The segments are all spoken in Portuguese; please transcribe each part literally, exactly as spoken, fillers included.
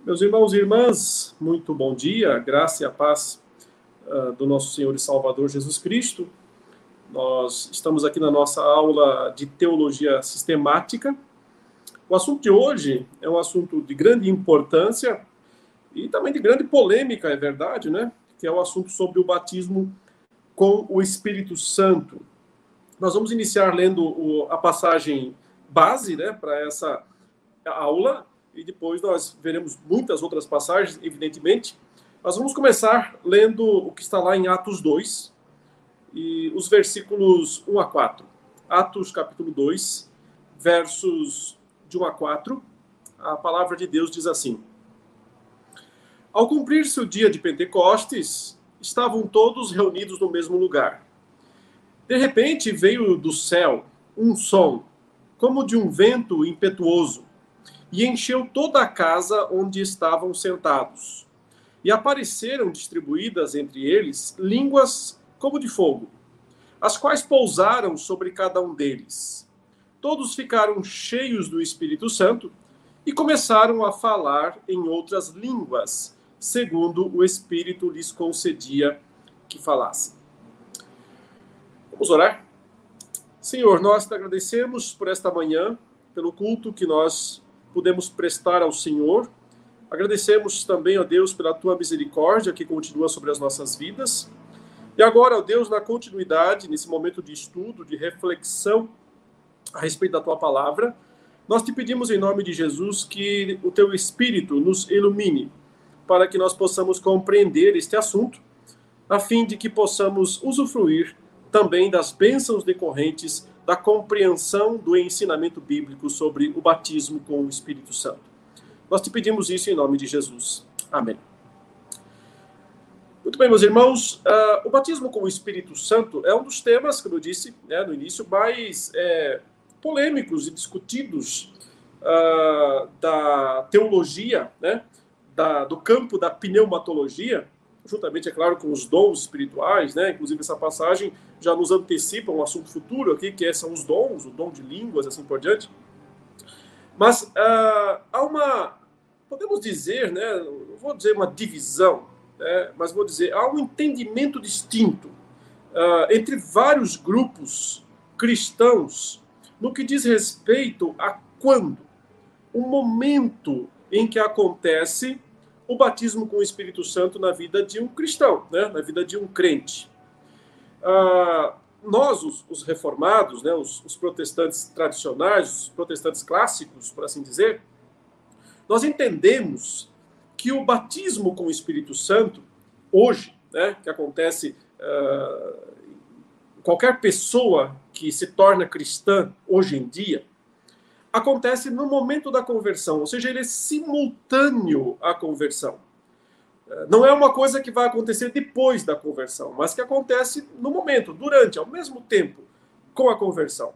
Meus irmãos e irmãs, muito bom dia, graça e a paz uh, do nosso Senhor e Salvador Jesus Cristo. Nós estamos aqui na nossa aula de teologia sistemática. O assunto de hoje é um assunto de grande importância e também de grande polêmica, é verdade, né? Que é o assunto sobre o batismo com o Espírito Santo. Nós vamos iniciar lendo o, a passagem base, né, para essa aula. E depois nós veremos muitas outras passagens, evidentemente. Nós vamos começar lendo o que está lá em Atos dois, e os versículos um a quatro. Atos capítulo dois, versos de um a quatro. A palavra de Deus diz assim: Ao cumprir-se o dia de Pentecostes, estavam todos reunidos no mesmo lugar. De repente veio do céu um som, como de um vento impetuoso, e encheu toda a casa onde estavam sentados. E apareceram distribuídas entre eles línguas como de fogo, as quais pousaram sobre cada um deles. Todos ficaram cheios do Espírito Santo e começaram a falar em outras línguas, segundo o Espírito lhes concedia que falassem. Vamos orar? Senhor, nós te agradecemos por esta manhã, pelo culto que nós podemos prestar ao Senhor. Agradecemos também, ó Deus, pela tua misericórdia que continua sobre as nossas vidas. E agora, ó Deus, na continuidade, nesse momento de estudo, de reflexão a respeito da tua palavra, nós te pedimos em nome de Jesus que o teu Espírito nos ilumine para que nós possamos compreender este assunto, a fim de que possamos usufruir também das bênçãos decorrentes da compreensão do ensinamento bíblico sobre o batismo com o Espírito Santo. Nós te pedimos isso em nome de Jesus. Amém. Muito bem, meus irmãos, uh, o batismo com o Espírito Santo é um dos temas, como eu disse, né, no início, mais é, polêmicos e discutidos uh, da teologia, né, da, do campo da pneumatologia, juntamente, é claro, com os dons espirituais, né? Inclusive essa passagem já nos antecipa um assunto futuro aqui, que são os dons, o dom de línguas, assim por diante. Mas uh, há uma, podemos dizer, né, não vou dizer uma divisão, né, mas vou dizer, há um entendimento distinto uh, entre vários grupos cristãos no que diz respeito a quando, o momento em que acontece o batismo com o Espírito Santo na vida de um cristão, né? Na vida de um crente. Ah, nós, os, os reformados, né? os, os protestantes tradicionais, os protestantes clássicos, por assim dizer, nós entendemos que o batismo com o Espírito Santo, hoje, né? Que acontece ah, qualquer pessoa que se torna cristã hoje em dia, acontece no momento da conversão, ou seja, ele é simultâneo à conversão. Não é uma coisa que vai acontecer depois da conversão, mas que acontece no momento, durante, ao mesmo tempo, com a conversão.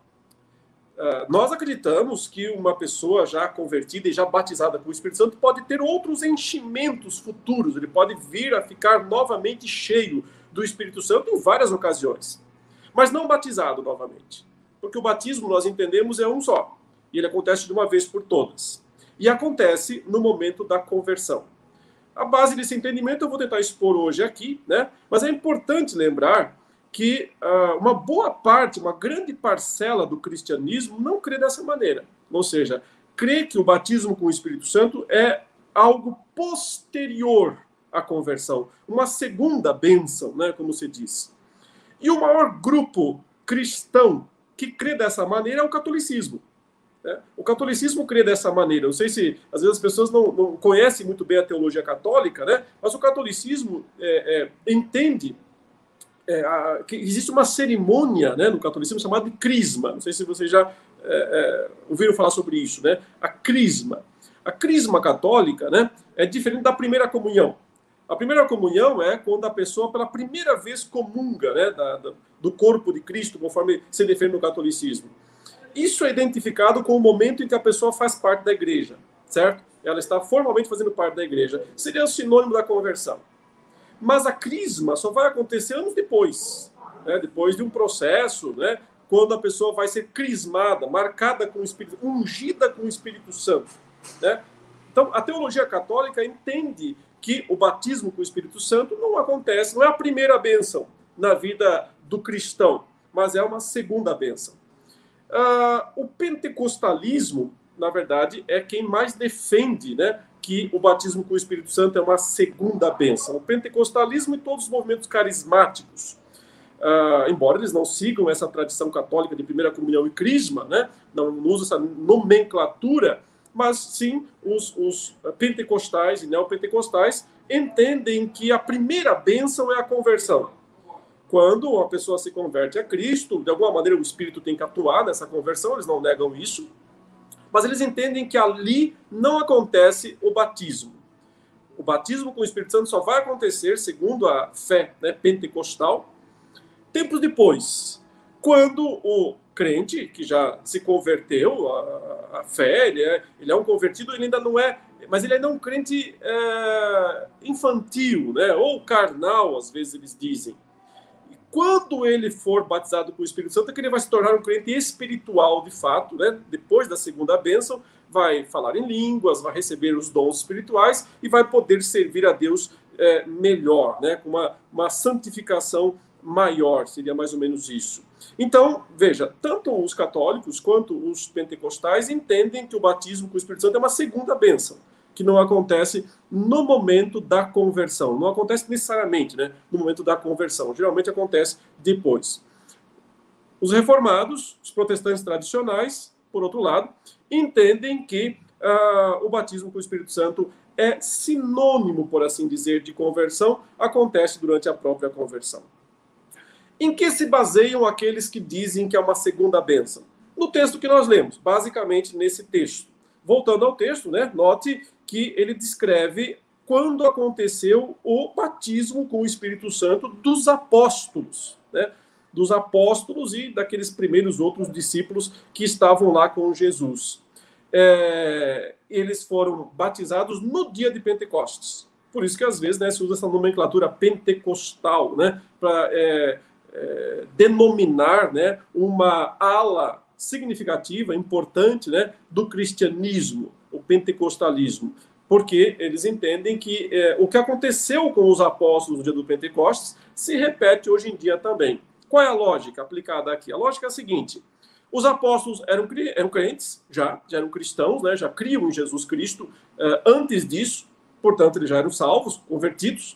Nós acreditamos que uma pessoa já convertida e já batizada com o Espírito Santo pode ter outros enchimentos futuros, ele pode vir a ficar novamente cheio do Espírito Santo em várias ocasiões, mas não batizado novamente, porque o batismo, nós entendemos, é um só. E ele acontece de uma vez por todas. E acontece no momento da conversão. A base desse entendimento eu vou tentar expor hoje aqui, né? Mas é importante lembrar que uh, uma boa parte, uma grande parcela do cristianismo não crê dessa maneira. Ou seja, crê que o batismo com o Espírito Santo é algo posterior à conversão. Uma segunda bênção, né? Como se diz. E o maior grupo cristão que crê dessa maneira é o catolicismo. O catolicismo crê dessa maneira. Não sei se, às vezes, as pessoas não, não conhecem muito bem a teologia católica, né? Mas o catolicismo é, é, entende é, a, que existe uma cerimônia, né, no catolicismo chamada de crisma. Não sei se vocês já é, é, ouviram falar sobre isso, né? A crisma. A crisma católica, né, é diferente da primeira comunhão. A primeira comunhão é quando a pessoa, pela primeira vez, comunga, né, da, da, do corpo de Cristo, conforme se defende no catolicismo. Isso é identificado com o momento em que a pessoa faz parte da igreja, certo? Ela está formalmente fazendo parte da igreja. Seria o sinônimo da conversão. Mas a crisma só vai acontecer anos depois, né? Depois de um processo, né? Quando a pessoa vai ser crismada, marcada com o Espírito, ungida com o Espírito Santo, né? Então, a teologia católica entende que o batismo com o Espírito Santo não acontece, não é a primeira bênção na vida do cristão, mas é uma segunda bênção. Uh, o pentecostalismo, na verdade, é quem mais defende, né, que o batismo com o Espírito Santo é uma segunda bênção. O pentecostalismo e todos os movimentos carismáticos, uh, embora eles não sigam essa tradição católica de primeira comunhão e crisma, né, não usam essa nomenclatura, mas sim os, os pentecostais e neopentecostais entendem que a primeira bênção é a conversão. Quando uma pessoa se converte a Cristo, de alguma maneira o Espírito tem que atuar nessa conversão, eles não negam isso, mas eles entendem que ali não acontece o batismo. O batismo com o Espírito Santo só vai acontecer, segundo a fé, né, pentecostal, tempos depois, quando o crente, que já se converteu à, à fé, ele é, ele é um convertido, ele ainda não é, mas ele ainda é um crente é, infantil, né, ou carnal, às vezes eles dizem. Quando ele for batizado com o Espírito Santo, é que ele vai se tornar um crente espiritual, de fato, né? Depois da segunda bênção, vai falar em línguas, vai receber os dons espirituais e vai poder servir a Deus é, melhor, né? Com uma, uma santificação maior, seria mais ou menos isso. Então, veja, tanto os católicos quanto os pentecostais entendem que o batismo com o Espírito Santo é uma segunda bênção, que não acontece no momento da conversão. Não acontece necessariamente, né, no momento da conversão. Geralmente acontece depois. Os reformados, os protestantes tradicionais, por outro lado, entendem que uh, o batismo com o Espírito Santo é sinônimo, por assim dizer, de conversão, acontece durante a própria conversão. Em que se baseiam aqueles que dizem que é uma segunda bênção? No texto que nós lemos, basicamente nesse texto. Voltando ao texto, né, note que ele descreve quando aconteceu o batismo com o Espírito Santo dos apóstolos, né, dos apóstolos e daqueles primeiros outros discípulos que estavam lá com Jesus. É, eles foram batizados no dia de Pentecostes. Por isso que às vezes, né, se usa essa nomenclatura pentecostal, né, para é, é, denominar, né, uma ala significativa, importante, né, do cristianismo, o pentecostalismo, porque eles entendem que é, o que aconteceu com os apóstolos no dia do Pentecostes se repete hoje em dia também. Qual é a lógica aplicada aqui? A lógica é a seguinte: os apóstolos eram, eram crentes, já, já eram cristãos, né, já criam em Jesus Cristo uh, antes disso, portanto eles já eram salvos, convertidos,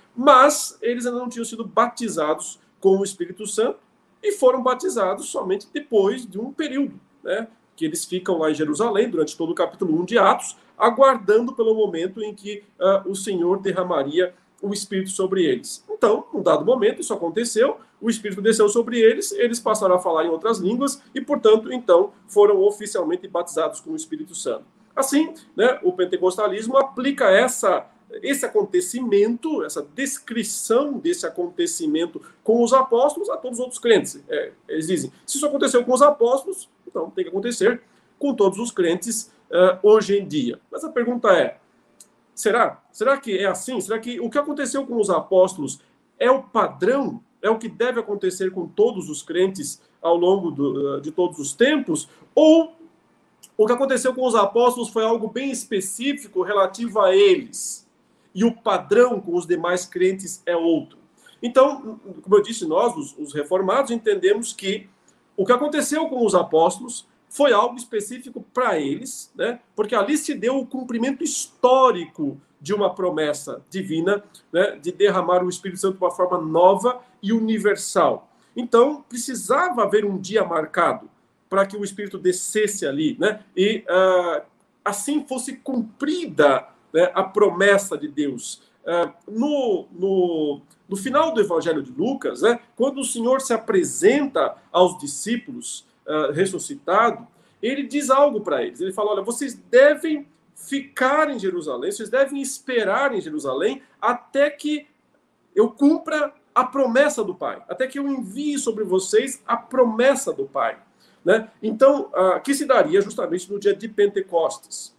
mas eles ainda não tinham sido batizados com o Espírito Santo e foram batizados somente depois de um período, né, que eles ficam lá em Jerusalém durante todo o capítulo um de Atos, aguardando pelo momento em que uh, o Senhor derramaria o Espírito sobre eles. Então, num dado momento, isso aconteceu, o Espírito desceu sobre eles, eles passaram a falar em outras línguas e, portanto, então, foram oficialmente batizados com o Espírito Santo. Assim, né, o pentecostalismo aplica essa, esse acontecimento, essa descrição desse acontecimento com os apóstolos a todos os outros crentes. É, eles dizem, se isso aconteceu com os apóstolos, então tem que acontecer com todos os crentes uh, hoje em dia. Mas a pergunta é, será? Será que é assim? Será que o que aconteceu com os apóstolos é o padrão? É o que deve acontecer com todos os crentes ao longo do, de todos os tempos? Ou o que aconteceu com os apóstolos foi algo bem específico relativo a eles? E o padrão com os demais crentes é outro? Então, como eu disse, nós, os, os reformados, entendemos que o que aconteceu com os apóstolos foi algo específico para eles, né? Porque ali se deu o cumprimento histórico de uma promessa divina, né? De derramar o Espírito Santo de uma forma nova e universal. Então, precisava haver um dia marcado para que o Espírito descesse ali, né? E uh, assim fosse cumprida, né, a promessa de Deus. Uh, no, no, no final do Evangelho de Lucas, né, quando o Senhor se apresenta aos discípulos, Uh, ressuscitado, ele diz algo para eles. Ele fala, olha, vocês devem ficar em Jerusalém, vocês devem esperar em Jerusalém até que eu cumpra a promessa do Pai, até que eu envie sobre vocês a promessa do Pai. Né? Então, uh, que se daria justamente no dia de Pentecostes,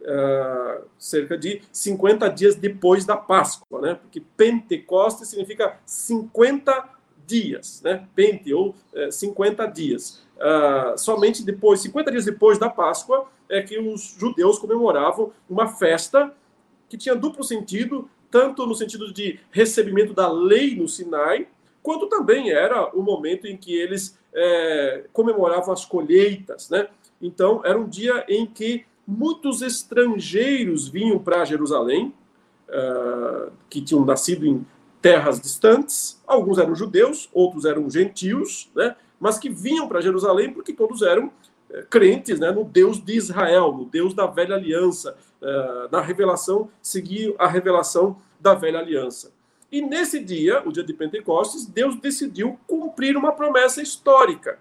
uh, cerca de cinquenta dias depois da Páscoa, né? Porque Pentecostes significa cinquenta dias, né? Pente, ou é, cinquenta dias. Uh, somente depois, cinquenta dias depois da Páscoa, é que os judeus comemoravam uma festa que tinha duplo sentido, tanto no sentido de recebimento da lei no Sinai, quanto também era o momento em que eles é, comemoravam as colheitas, né? Então, era um dia em que muitos estrangeiros vinham para Jerusalém, uh, que tinham nascido em terras distantes. Alguns eram judeus, outros eram gentios, né? Mas que vinham para Jerusalém porque todos eram é, crentes, né, no Deus de Israel, no Deus da velha aliança, é, na revelação, seguiam a revelação da velha aliança. E nesse dia, o dia de Pentecostes, Deus decidiu cumprir uma promessa histórica,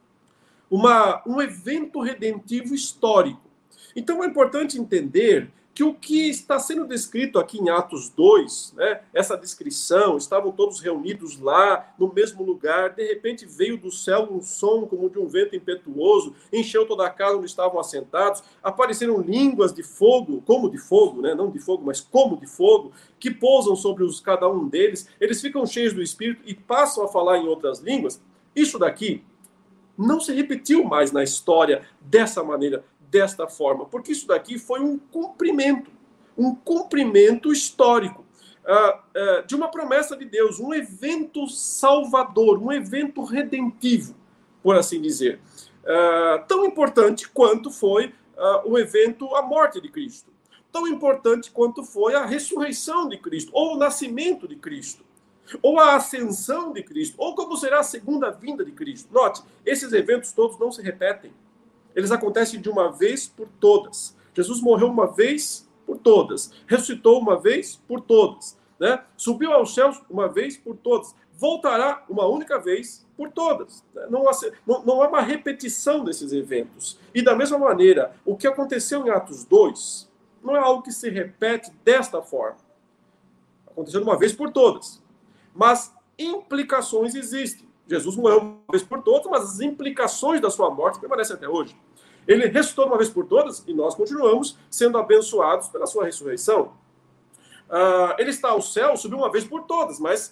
uma, um evento redentivo histórico. Então é importante entender que o que está sendo descrito aqui em Atos dois, né, essa descrição, estavam todos reunidos lá, no mesmo lugar, de repente veio do céu um som como de um vento impetuoso, encheu toda a casa onde estavam assentados, apareceram línguas de fogo, como de fogo, né, não de fogo, mas como de fogo, que pousam sobre os, cada um deles, eles ficam cheios do Espírito e passam a falar em outras línguas. Isso daqui não se repetiu mais na história dessa maneira, desta forma, porque isso daqui foi um cumprimento, um cumprimento histórico uh, uh, de uma promessa de Deus, um evento salvador, um evento redentivo, por assim dizer. Uh, tão importante quanto foi uh, o evento, a morte de Cristo. Tão importante quanto foi a ressurreição de Cristo, ou o nascimento de Cristo, ou a ascensão de Cristo, ou como será a segunda vinda de Cristo. Note, esses eventos todos não se repetem. Eles acontecem de uma vez por todas. Jesus morreu uma vez por todas. Ressuscitou uma vez por todas. Né? Subiu aos céus uma vez por todas. Voltará uma única vez por todas. Não há, não, não há uma repetição desses eventos. E da mesma maneira, o que aconteceu em Atos dois não é algo que se repete desta forma. Aconteceu de uma vez por todas. Mas implicações existem. Jesus morreu uma vez por todas, mas as implicações da sua morte permanecem até hoje. Ele ressuscitou uma vez por todas e nós continuamos sendo abençoados pela sua ressurreição. Uh, ele está ao céu, subiu uma vez por todas, mas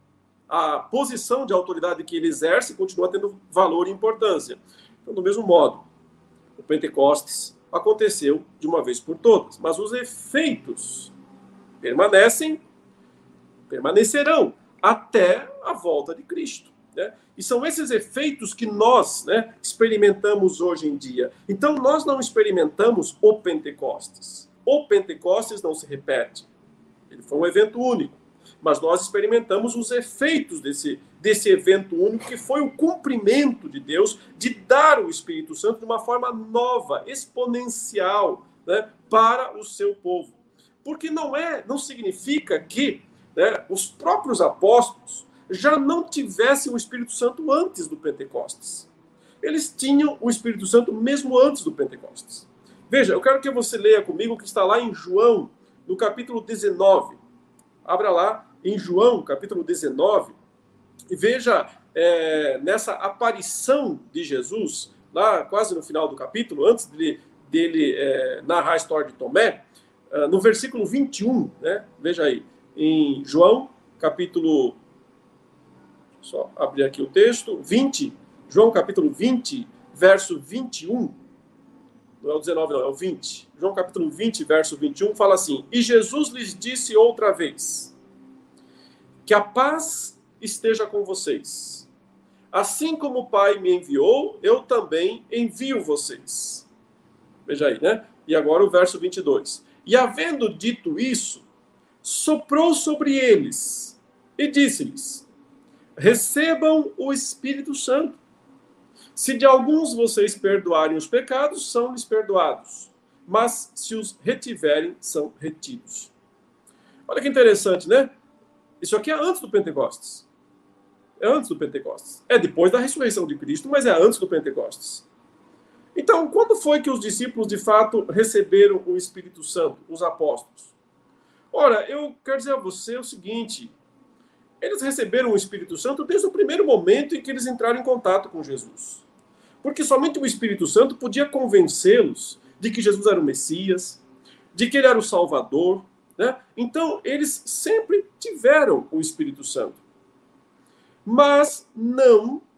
a posição de autoridade que ele exerce continua tendo valor e importância. Então, do mesmo modo, o Pentecostes aconteceu de uma vez por todas, mas os efeitos permanecem, permanecerão até a volta de Cristo. Né? E são esses efeitos que nós, né, experimentamos hoje em dia. Então, nós não experimentamos o Pentecostes. O Pentecostes não se repete. Ele foi um evento único. Mas nós experimentamos os efeitos desse, desse evento único, que foi o cumprimento de Deus de dar o Espírito Santo de uma forma nova, exponencial, né, para o seu povo. Porque não, é, não significa que, né, os próprios apóstolos já não tivessem o Espírito Santo antes do Pentecostes. Eles tinham o Espírito Santo mesmo antes do Pentecostes. Veja, eu quero que você leia comigo o que está lá em João, no capítulo dezenove. Abra lá em João, capítulo dezenove, e veja é, nessa aparição de Jesus, lá quase no final do capítulo, antes dele, dele é, narrar a história de Tomé, é, no versículo vinte e um, né, veja aí, em João, capítulo... Só abrir aqui o texto, vinte, João capítulo vinte, verso vinte e um, não é o dezenove não, é o vinte. João capítulo vinte, verso vinte e um, fala assim: E Jesus lhes disse outra vez, que a paz esteja com vocês. Assim como o Pai me enviou, eu também envio vocês. Veja aí, né? E agora o verso vinte e dois. E havendo dito isso, soprou sobre eles e disse-lhes: Recebam o Espírito Santo. Se de alguns vocês perdoarem os pecados, são-lhes perdoados. Mas se os retiverem, são retidos. Olha que interessante, né? Isso aqui é antes do Pentecostes. É antes do Pentecostes. É depois da ressurreição de Cristo, mas é antes do Pentecostes. Então, quando foi que os discípulos, de fato, receberam o Espírito Santo, os apóstolos? Ora, eu quero dizer a você o seguinte: eles receberam o Espírito Santo desde o primeiro momento em que eles entraram em contato com Jesus. Porque somente o Espírito Santo podia convencê-los de que Jesus era o Messias, de que ele era o Salvador, né? Então, eles sempre tiveram o Espírito Santo. Mas não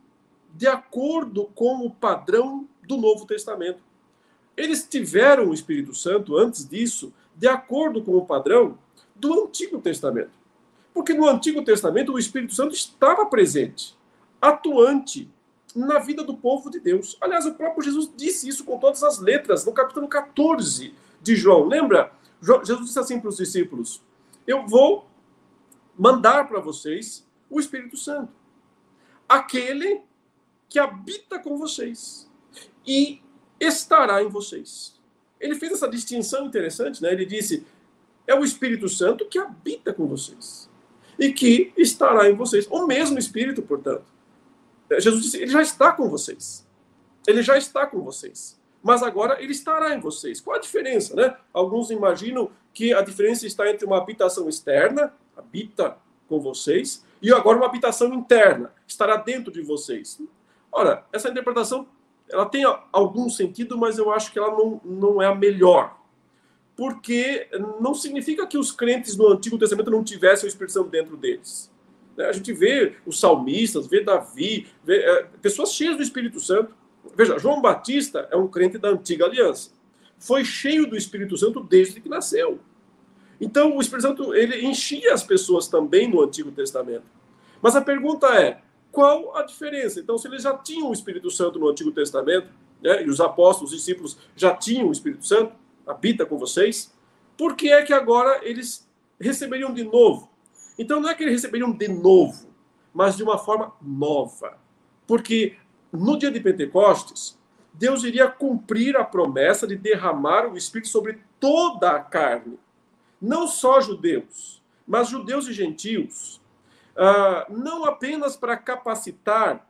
de acordo com o padrão do Novo Testamento. Eles tiveram o Espírito Santo, antes disso, de acordo com o padrão do Antigo Testamento. Porque no Antigo Testamento o Espírito Santo estava presente, atuante na vida do povo de Deus. Aliás, o próprio Jesus disse isso com todas as letras, no capítulo quatorze de João. Lembra? Jesus disse assim para os discípulos: eu vou mandar para vocês o Espírito Santo, aquele que habita com vocês e estará em vocês. Ele fez essa distinção interessante, né? Ele disse, é o Espírito Santo que habita com vocês e que estará em vocês. O mesmo Espírito, portanto. Jesus disse, ele já está com vocês. Ele já está com vocês. Mas agora ele estará em vocês. Qual a diferença, né? Alguns imaginam que a diferença está entre uma habitação externa, habita com vocês, e agora uma habitação interna, estará dentro de vocês. Ora, essa interpretação ela tem algum sentido, mas eu acho que ela não, não é a melhor. Porque não significa que os crentes no Antigo Testamento não tivessem o Espírito Santo dentro deles. A gente vê os salmistas, vê Davi, vê é, pessoas cheias do Espírito Santo. Veja, João Batista é um crente da Antiga Aliança. Foi cheio do Espírito Santo desde que nasceu. Então, o Espírito Santo ele enchia as pessoas também no Antigo Testamento. Mas a pergunta é, qual a diferença? Então, se eles já tinham o Espírito Santo no Antigo Testamento, né, e os apóstolos, os discípulos já tinham o Espírito Santo, habita com vocês, por que é que agora eles receberiam de novo? Então, não é que eles receberiam de novo, mas de uma forma nova. Porque no dia de Pentecostes, Deus iria cumprir a promessa de derramar o Espírito sobre toda a carne. Não só judeus, mas judeus e gentios. Uh, não apenas para capacitar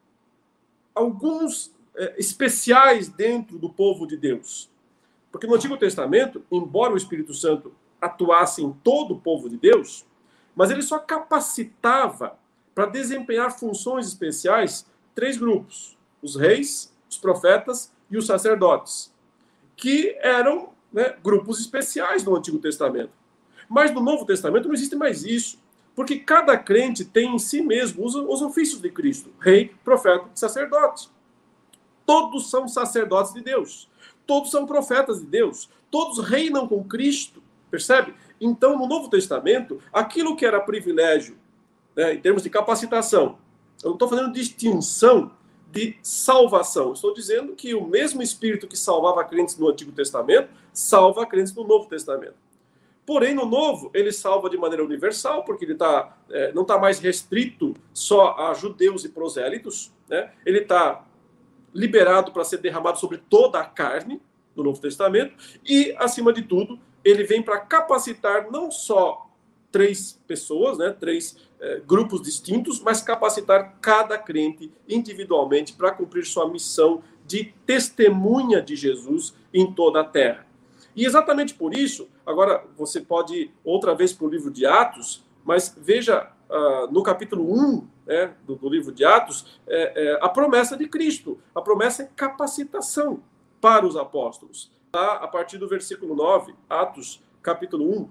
alguns eh, especiais dentro do povo de Deus. Porque no Antigo Testamento, embora o Espírito Santo atuasse em todo o povo de Deus, mas ele só capacitava para desempenhar funções especiais três grupos: os reis, os profetas e os sacerdotes, que eram, né, grupos especiais no Antigo Testamento. Mas no Novo Testamento não existe mais isso, porque cada crente tem em si mesmo os, os ofícios de Cristo: rei, profeta e sacerdote. Todos são sacerdotes de Deus, todos são profetas de Deus, todos reinam com Cristo, percebe? Então, no Novo Testamento, aquilo que era privilégio, né, em termos de capacitação, eu não estou fazendo distinção de salvação, estou dizendo que o mesmo Espírito que salvava crentes no Antigo Testamento, salva crentes no Novo Testamento. Porém, no Novo, ele salva de maneira universal, porque ele tá, é, não está mais restrito só a judeus e prosélitos, né? Ele está liberado para ser derramado sobre toda a carne, no Novo Testamento, e, acima de tudo, ele vem para capacitar não só três pessoas, né, três eh, grupos distintos, mas capacitar cada crente individualmente para cumprir sua missão de testemunha de Jesus em toda a terra. E exatamente por isso, agora você pode ir outra vez para o livro de Atos, mas veja uh, no capítulo um, né, do, do livro de Atos, é, é, a promessa de Cristo. A promessa é capacitação para os apóstolos. Tá? A partir do versículo nove, Atos, capítulo um,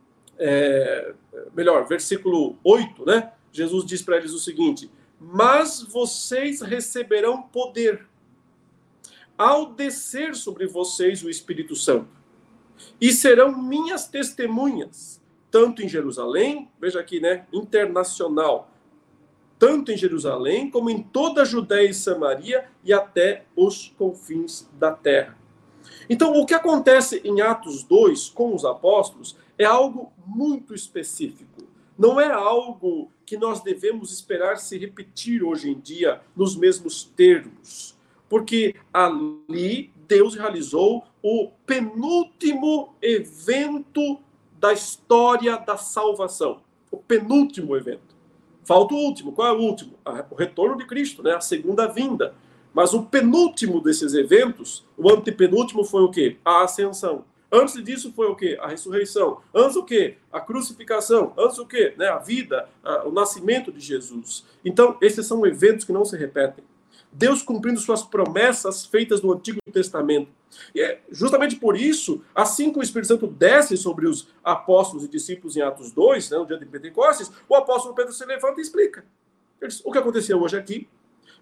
é, melhor, versículo oito, né? Jesus diz para eles o seguinte: mas vocês receberão poder ao descer sobre vocês o Espírito Santo, e serão minhas testemunhas, tanto em Jerusalém, veja aqui, né, internacional, tanto em Jerusalém como em toda a Judéia e Samaria e até os confins da terra. Então, o que acontece em Atos dois com os apóstolos é algo muito específico. Não é algo que nós devemos esperar se repetir hoje em dia nos mesmos termos. Porque ali Deus realizou o penúltimo evento da história da salvação. O penúltimo evento. Falta o último. Qual é o último? O retorno de Cristo, né? A segunda vinda. Mas o penúltimo desses eventos, o antepenúltimo foi o quê? A ascensão. Antes disso foi o quê? A ressurreição. Antes o quê? A crucificação. Antes o quê? Né? A vida, a, o nascimento de Jesus. Então, esses são eventos que não se repetem. Deus cumprindo suas promessas feitas no Antigo Testamento. E é justamente por isso, assim que o Espírito Santo desce sobre os apóstolos e discípulos em Atos dois, né, no dia de Pentecostes, o apóstolo Pedro se levanta e explica. Ele diz, o que aconteceu hoje aqui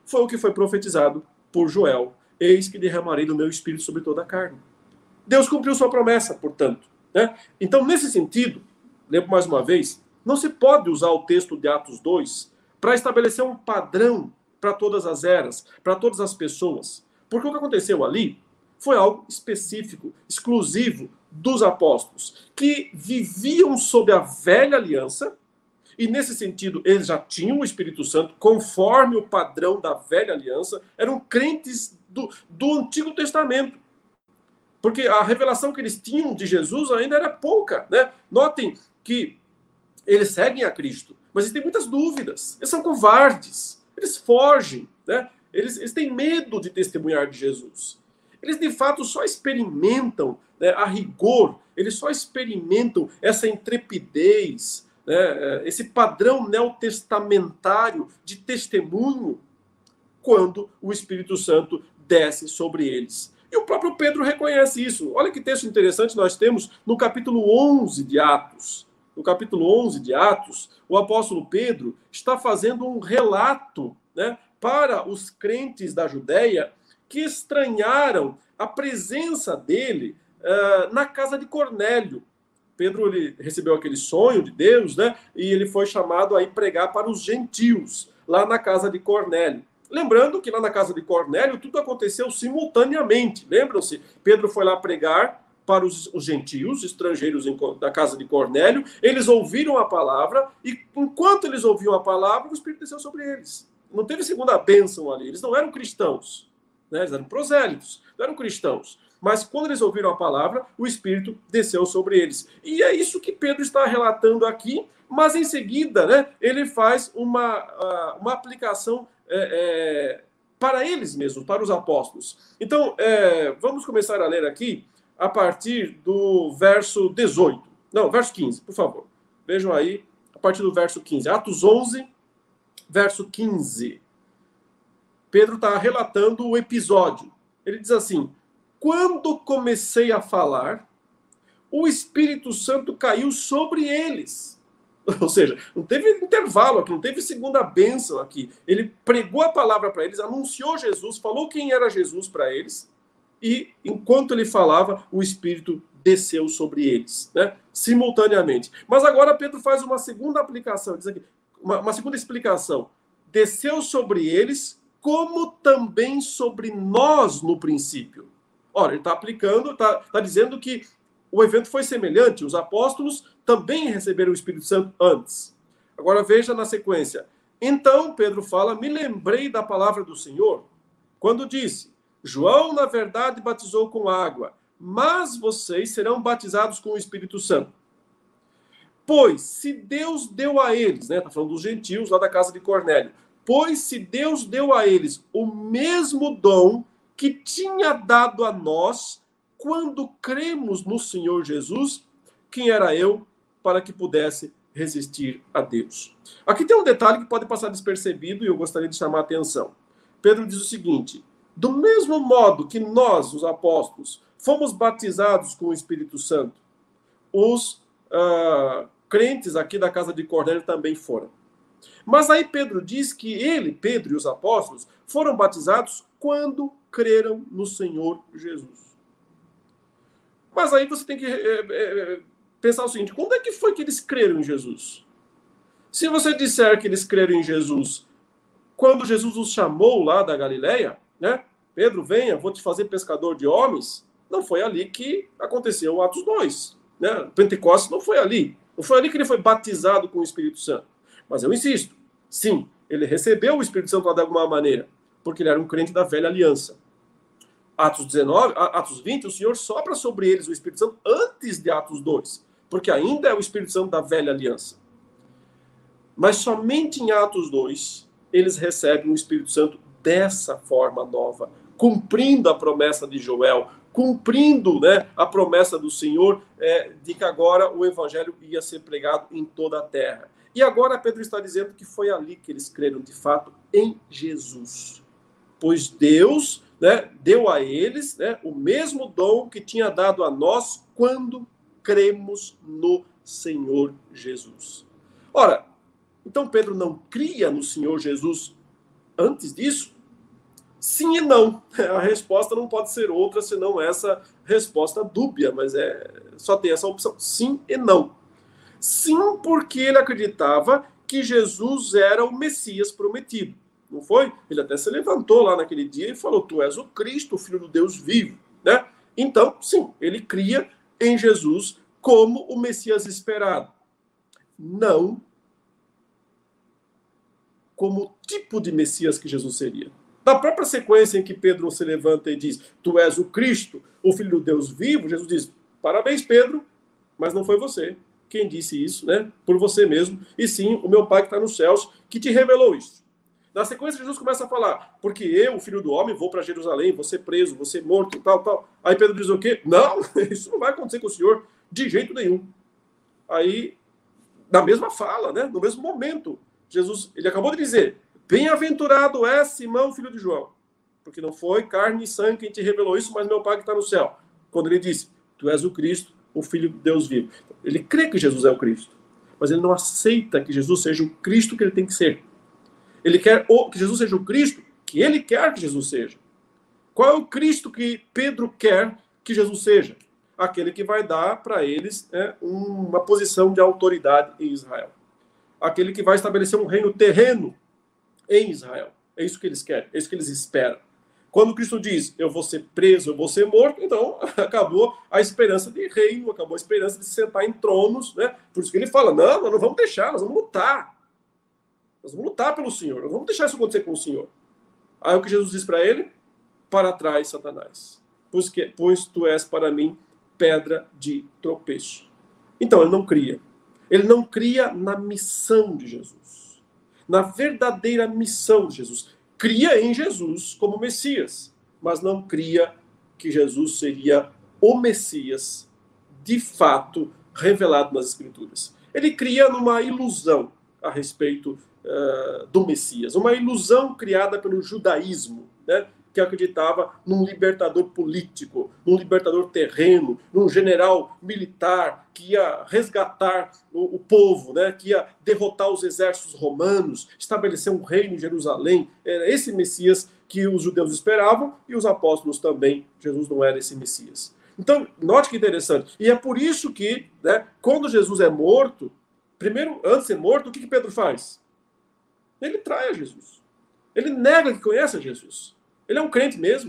foi o que foi profetizado por Joel. Eis que derramarei do meu espírito sobre toda a carne. Deus cumpriu sua promessa, portanto. Né? Então, nesse sentido, lembro mais uma vez, não se pode usar o texto de Atos dois para estabelecer um padrão para todas as eras, para todas as pessoas. Porque o que aconteceu ali foi algo específico, exclusivo dos apóstolos, que viviam sob a velha aliança, e nesse sentido eles já tinham o Espírito Santo, conforme o padrão da velha aliança, eram crentes do, do Antigo Testamento. Porque a revelação que eles tinham de Jesus ainda era pouca. Né? Notem que eles seguem a Cristo, mas eles têm muitas dúvidas. Eles são covardes, eles fogem, né? eles, eles têm medo de testemunhar de Jesus. Eles, de fato, só experimentam, né, a rigor, eles só experimentam essa intrepidez, né, esse padrão neotestamentário de testemunho quando o Espírito Santo desce sobre eles. E o próprio Pedro reconhece isso. Olha que texto interessante nós temos no capítulo onze de Atos. No capítulo onze de Atos, o apóstolo Pedro está fazendo um relato, né, para os crentes da Judéia que estranharam a presença dele uh, na casa de Cornélio. Pedro ele recebeu aquele sonho de Deus, né, e ele foi chamado a ir pregar para os gentios, lá na casa de Cornélio. Lembrando que lá na casa de Cornélio tudo aconteceu simultaneamente. Lembram-se? Pedro foi lá pregar para os, os gentios, estrangeiros em, da casa de Cornélio. Eles ouviram a palavra e enquanto eles ouviam a palavra, o Espírito desceu sobre eles. Não teve segunda bênção ali. Eles não eram cristãos, né? Eles eram prosélitos, não eram cristãos. Mas quando eles ouviram a palavra, o Espírito desceu sobre eles. E é isso que Pedro está relatando aqui, mas em seguida, né, ele faz uma, uma aplicação É, é, para eles mesmos, para os apóstolos. Então, é, vamos começar a ler aqui a partir do verso dezoito. Não, verso quinze, por favor. Vejam aí, a partir do verso quinze. Atos onze, verso quinze. Pedro está relatando o episódio. Ele diz assim: quando comecei a falar, o Espírito Santo caiu sobre eles. Ou seja, não teve intervalo aqui, não teve segunda bênção aqui. Ele pregou a palavra para eles, anunciou Jesus, falou quem era Jesus para eles, e enquanto ele falava, o Espírito desceu sobre eles, né? Simultaneamente. Mas agora Pedro faz uma segunda aplicação, diz aqui, uma, uma segunda explicação. Desceu sobre eles, como também sobre nós no princípio. Ora, ele está aplicando, está tá dizendo que o evento foi semelhante, os apóstolos também receberam o Espírito Santo antes. Agora veja na sequência. Então, Pedro fala, me lembrei da palavra do Senhor, quando disse, João, na verdade, batizou com água, mas vocês serão batizados com o Espírito Santo. Pois, se Deus deu a eles, né, está falando dos gentios lá da casa de Cornélio, pois se Deus deu a eles o mesmo dom que tinha dado a nós, quando cremos no Senhor Jesus, quem era eu para que pudesse resistir a Deus? Aqui tem um detalhe que pode passar despercebido e eu gostaria de chamar a atenção. Pedro diz o seguinte, do mesmo modo que nós, os apóstolos, fomos batizados com o Espírito Santo, os uh, crentes aqui da casa de Cornélio também foram. Mas aí Pedro diz que ele, Pedro e os apóstolos, foram batizados quando creram no Senhor Jesus. Mas aí você tem que é, é, pensar o seguinte, quando é que foi que eles creram em Jesus? Se você disser que eles creram em Jesus quando Jesus os chamou lá da Galileia, né? Pedro, venha, vou te fazer pescador de homens, não foi ali que aconteceu o Atos dois. Né? Pentecostes não foi ali. Não foi ali que ele foi batizado com o Espírito Santo. Mas eu insisto, sim, ele recebeu o Espírito Santo lá de alguma maneira, porque ele era um crente da velha aliança. Atos dezenove, Atos vinte, o Senhor sopra sobre eles o Espírito Santo antes de Atos dois, porque ainda é o Espírito Santo da velha aliança. Mas somente em Atos dois, eles recebem o Espírito Santo dessa forma nova, cumprindo a promessa de Joel, cumprindo, né, a promessa do Senhor é, de que agora o Evangelho ia ser pregado em toda a terra. E agora Pedro está dizendo que foi ali que eles creram, de fato, em Jesus. Pois Deus... Né, deu a eles, né, o mesmo dom que tinha dado a nós quando cremos no Senhor Jesus. Ora, então Pedro não cria no Senhor Jesus antes disso? sim e não. A resposta não pode ser outra senão essa resposta dúbia, mas é só tem essa opção, sim e não. Sim, porque ele acreditava que Jesus era o Messias prometido. Não foi? Ele até se levantou lá naquele dia e falou: tu és o Cristo, o Filho do Deus vivo. Né? Então, sim, ele cria em Jesus como o Messias esperado. Não como o tipo de Messias que Jesus seria. Na própria sequência em que Pedro se levanta e diz: tu és o Cristo, o Filho do Deus vivo, Jesus diz: parabéns, Pedro, mas não foi você quem disse isso, né? Por você mesmo, e sim o meu Pai que está nos céus, que te revelou isso. Na sequência, Jesus começa a falar: porque eu, o Filho do Homem, vou para Jerusalém, vou ser preso, vou ser morto, tal, tal. Aí Pedro diz o quê? Não, isso não vai acontecer com o Senhor de jeito nenhum. Aí, na mesma fala, né? No mesmo momento, Jesus, ele acabou de dizer: bem-aventurado é Simão, filho de João, porque não foi carne e sangue quem te revelou isso, mas meu Pai que está no céu. Quando ele disse: tu és o Cristo, o Filho de Deus vivo. Ele crê que Jesus é o Cristo, mas ele não aceita que Jesus seja o Cristo que ele tem que ser. Ele quer que Jesus seja o Cristo que ele quer que Jesus seja. Qual é o Cristo que Pedro quer que Jesus seja? Aquele que vai dar para eles, né, uma posição de autoridade em Israel. Aquele que vai estabelecer um reino terreno em Israel. É isso que eles querem, é isso que eles esperam. Quando Cristo diz: eu vou ser preso, eu vou ser morto, então acabou a esperança de reino, acabou a esperança de se sentar em tronos, né? Por isso que ele fala: não, nós não vamos deixar, nós vamos lutar. Nós vamos lutar pelo Senhor, nós vamos deixar isso acontecer com o Senhor. Aí o que Jesus diz para ele? Para trás, Satanás, pois, que, pois tu és para mim pedra de tropeço. Então ele não cria. Ele não cria na missão de Jesus, na verdadeira missão de Jesus. Cria em Jesus como Messias, mas não cria que Jesus seria o Messias de fato revelado nas Escrituras. Ele cria numa ilusão a respeito uh, do Messias, uma ilusão criada pelo judaísmo, né? Que acreditava num libertador político, num libertador terreno, num general militar que ia resgatar o, o povo, né? Que ia derrotar os exércitos romanos, estabelecer um reino em Jerusalém. Era esse Messias que os judeus esperavam e os apóstolos também. Jesus não era esse Messias. Então, note que interessante. E é por isso que, né, quando Jesus é morto, primeiro, antes de ser morto, o que, que Pedro faz? Ele trai a Jesus. Ele nega que conhece a Jesus. Ele é um crente mesmo?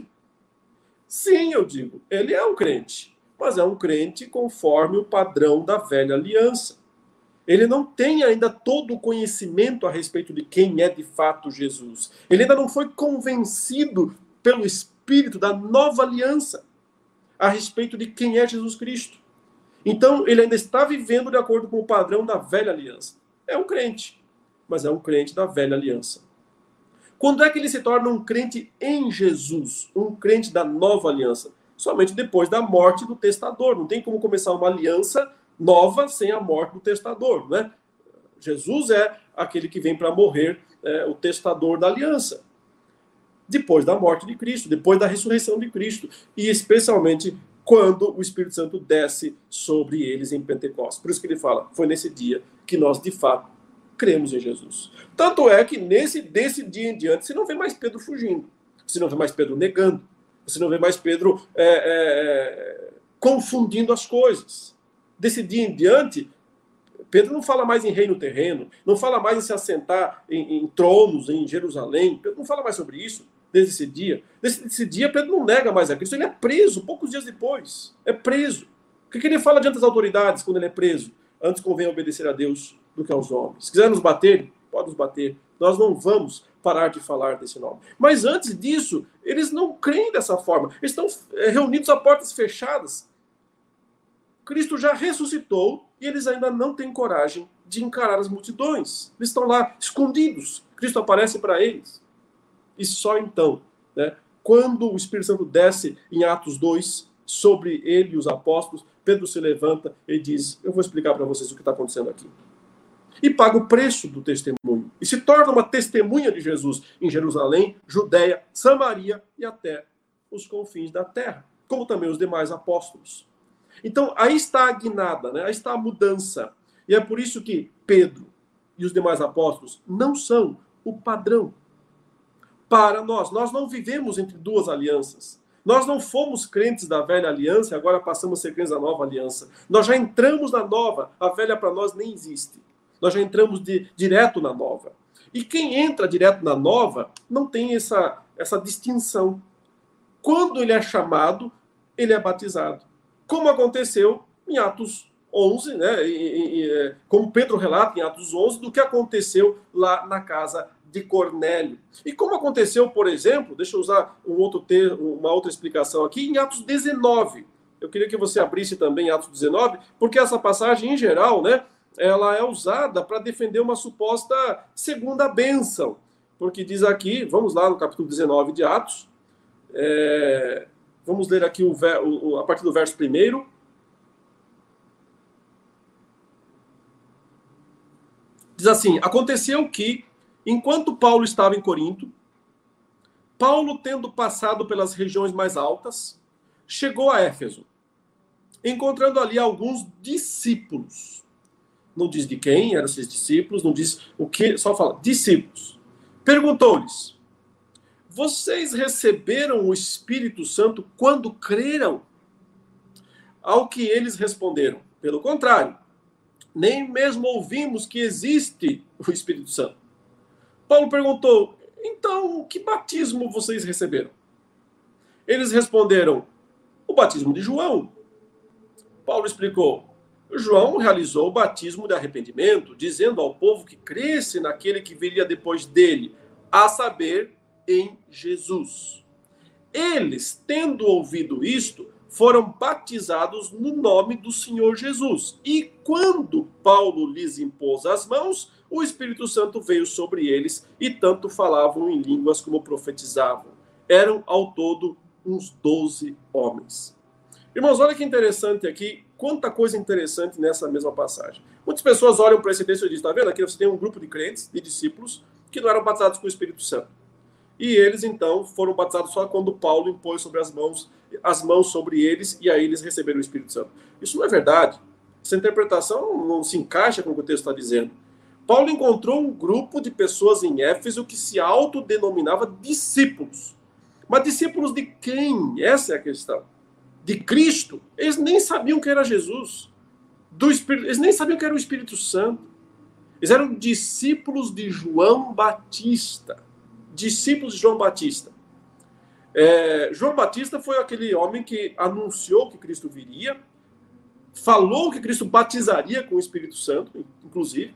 Sim, eu digo, ele é um crente, mas é um crente conforme o padrão da velha aliança. Ele não tem ainda todo o conhecimento a respeito de quem é de fato Jesus. Ele ainda não foi convencido pelo Espírito da nova aliança a respeito de quem é Jesus Cristo. Então, ele ainda está vivendo de acordo com o padrão da velha aliança. É um crente, mas é um crente da velha aliança. Quando é que ele se torna um crente em Jesus, um crente da nova aliança? Somente depois da morte do testador. Não tem como começar uma aliança nova sem a morte do testador, né? Jesus é aquele que vem para morrer, é, o testador da aliança. Depois da morte de Cristo, depois da ressurreição de Cristo. E especialmente quando o Espírito Santo desce sobre eles em Pentecostes. Por isso que ele fala: foi nesse dia que nós, de fato, cremos em Jesus. Tanto é que nesse, desse dia em diante, você não vê mais Pedro fugindo. Você não vê mais Pedro negando. Você não vê mais Pedro é, é, confundindo as coisas. Desse dia em diante, Pedro não fala mais em reino terreno, não fala mais em se assentar em, em tronos em Jerusalém. Pedro não fala mais sobre isso desde esse dia. Desde esse dia, Pedro não nega mais a Cristo. Ele é preso poucos dias depois. É preso. O que, que ele fala diante das autoridades quando ele é preso? Antes convém obedecer a Deus do que aos homens. Se quiser nos bater, pode nos bater. Nós não vamos parar de falar desse nome. Mas antes disso, eles não creem dessa forma. Eles estão reunidos a portas fechadas. Cristo já ressuscitou e eles ainda não têm coragem de encarar as multidões. Eles estão lá escondidos. Cristo aparece para eles. E só então, né, quando o Espírito Santo desce em Atos dois sobre ele e os apóstolos, Pedro se levanta e diz: eu vou explicar para vocês o que está acontecendo aqui. E paga o preço do testemunho. E se torna uma testemunha de Jesus em Jerusalém, Judeia, Samaria e até os confins da terra, como também os demais apóstolos. Então, aí está a guinada, né? Aí está a mudança. E é por isso que Pedro e os demais apóstolos não são o padrão. para nós. Nós não vivemos entre duas alianças. Nós não fomos crentes da velha aliança e agora passamos a ser crentes da nova aliança. Nós já entramos na nova. A velha para nós nem existe. Nós já entramos de, direto na nova. E quem entra direto na nova não tem essa, essa distinção. Quando ele é chamado, ele é batizado. Como aconteceu em Atos onze, né? E, e, como Pedro relata em Atos onze, do que aconteceu lá na casa de Cornélio. E como aconteceu, por exemplo, deixa eu usar um outro ter, uma outra explicação aqui, em Atos dezenove. Eu queria que você abrisse também Atos dezenove, porque essa passagem, em geral, né, ela é usada para defender uma suposta segunda bênção. Porque diz aqui, vamos lá no capítulo dezenove de Atos, é, vamos ler aqui o, o, a partir do verso primeiro. Diz assim: aconteceu que, enquanto Paulo estava em Corinto, Paulo, tendo passado pelas regiões mais altas, chegou a Éfeso, encontrando ali alguns discípulos. Não diz de quem eram esses discípulos, não diz o que, só fala discípulos. Perguntou-lhes: vocês receberam o Espírito Santo quando creram? Ao que eles responderam: pelo contrário, nem mesmo ouvimos que existe o Espírito Santo. Paulo perguntou: então, que batismo vocês receberam? Eles responderam: o batismo de João. Paulo explicou: João realizou o batismo de arrependimento, dizendo ao povo que cresce naquele que viria depois dele, a saber, em Jesus. Eles, tendo ouvido isto, foram batizados no nome do Senhor Jesus. E quando Paulo lhes impôs as mãos, o Espírito Santo veio sobre eles e tanto falavam em línguas como profetizavam. Eram ao todo uns doze homens. Irmãos, olha que interessante aqui, quanta coisa interessante nessa mesma passagem. Muitas pessoas olham para esse texto e dizem: está vendo? Aqui você tem um grupo de crentes, de discípulos, que não eram batizados com o Espírito Santo. E eles, então, foram batizados só quando Paulo impôs sobre as mãos, as mãos sobre eles, e aí eles receberam o Espírito Santo. Isso não é verdade. Essa interpretação não se encaixa com o que o texto está dizendo. Paulo encontrou um grupo de pessoas em Éfeso que se autodenominava discípulos. Mas discípulos de quem? Essa é a questão. De Cristo? Eles nem sabiam que era Jesus. Do Espírito, eles nem sabiam que era o Espírito Santo. Eles eram discípulos de João Batista. Discípulos de João Batista. É, João Batista foi aquele homem que anunciou que Cristo viria, falou que Cristo batizaria com o Espírito Santo, inclusive.